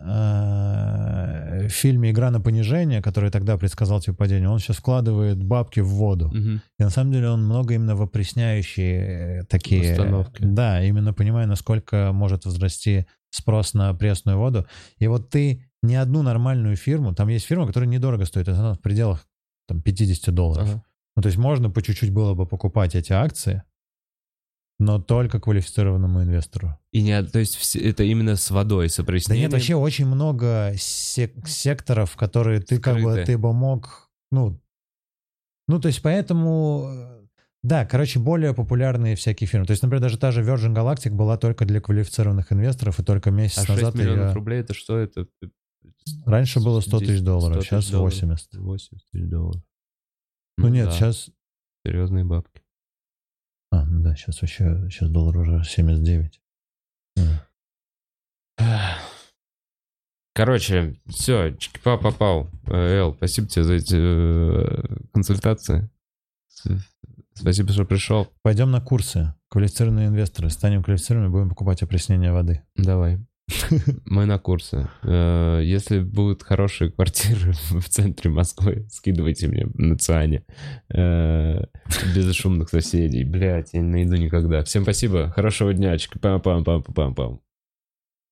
Speaker 2: э, фильме «Игра на понижение», который тогда предсказал типа падение, он сейчас вкладывает бабки в воду.
Speaker 1: Мгм.
Speaker 2: И на самом деле он много именно в опресняющие э, такие...
Speaker 1: Установки.
Speaker 2: Да, именно понимая, насколько может возрасти спрос на пресную воду. И вот ты ни одну нормальную фирму, там есть фирма, которая недорого стоит, она в пределах там, пятьдесят долларов.
Speaker 1: Ага.
Speaker 2: Ну, то есть можно по чуть-чуть было бы покупать эти акции, но только квалифицированному инвестору.
Speaker 1: И не, то есть все- это именно с водой, с
Speaker 2: Да
Speaker 1: опреснением.
Speaker 2: нет, вообще очень много сек- секторов, которые ты как бы,
Speaker 1: Скрыты.
Speaker 2: ты бы мог, ну, ну, то есть поэтому, э, да, короче, более популярные всякие фирмы. То есть, например, даже та же Virgin Galactic была только для квалифицированных инвесторов, и только месяц
Speaker 1: А шесть
Speaker 2: назад
Speaker 1: миллионов
Speaker 2: ее...
Speaker 1: рублей, это что? Это
Speaker 2: Раньше было сто тысяч долларов,
Speaker 1: сто тысяч
Speaker 2: сейчас
Speaker 1: долларов.
Speaker 2: восемьдесят.
Speaker 1: восемьдесят тысяч долларов.
Speaker 2: Ну нет,
Speaker 1: да,
Speaker 2: сейчас...
Speaker 1: серьезные бабки.
Speaker 2: А, ну да, сейчас вообще, сейчас доллар уже семьдесят девять.
Speaker 1: Короче, все, чики-па-па-пау. Эл, спасибо тебе за эти э, консультации. Спасибо, что пришел.
Speaker 2: Пойдем на курсы. Квалифицированные инвесторы. Станем квалифицированными, будем покупать опреснение воды.
Speaker 1: Давай. Мы на курсы. Э, Если будут хорошие квартиры в центре Москвы, скидывайте мне на Циане. Э, Без шумных соседей. Блять, я не найду никогда. Всем спасибо. Хорошего дня. Чики-пам-пам-пам-пам-пам.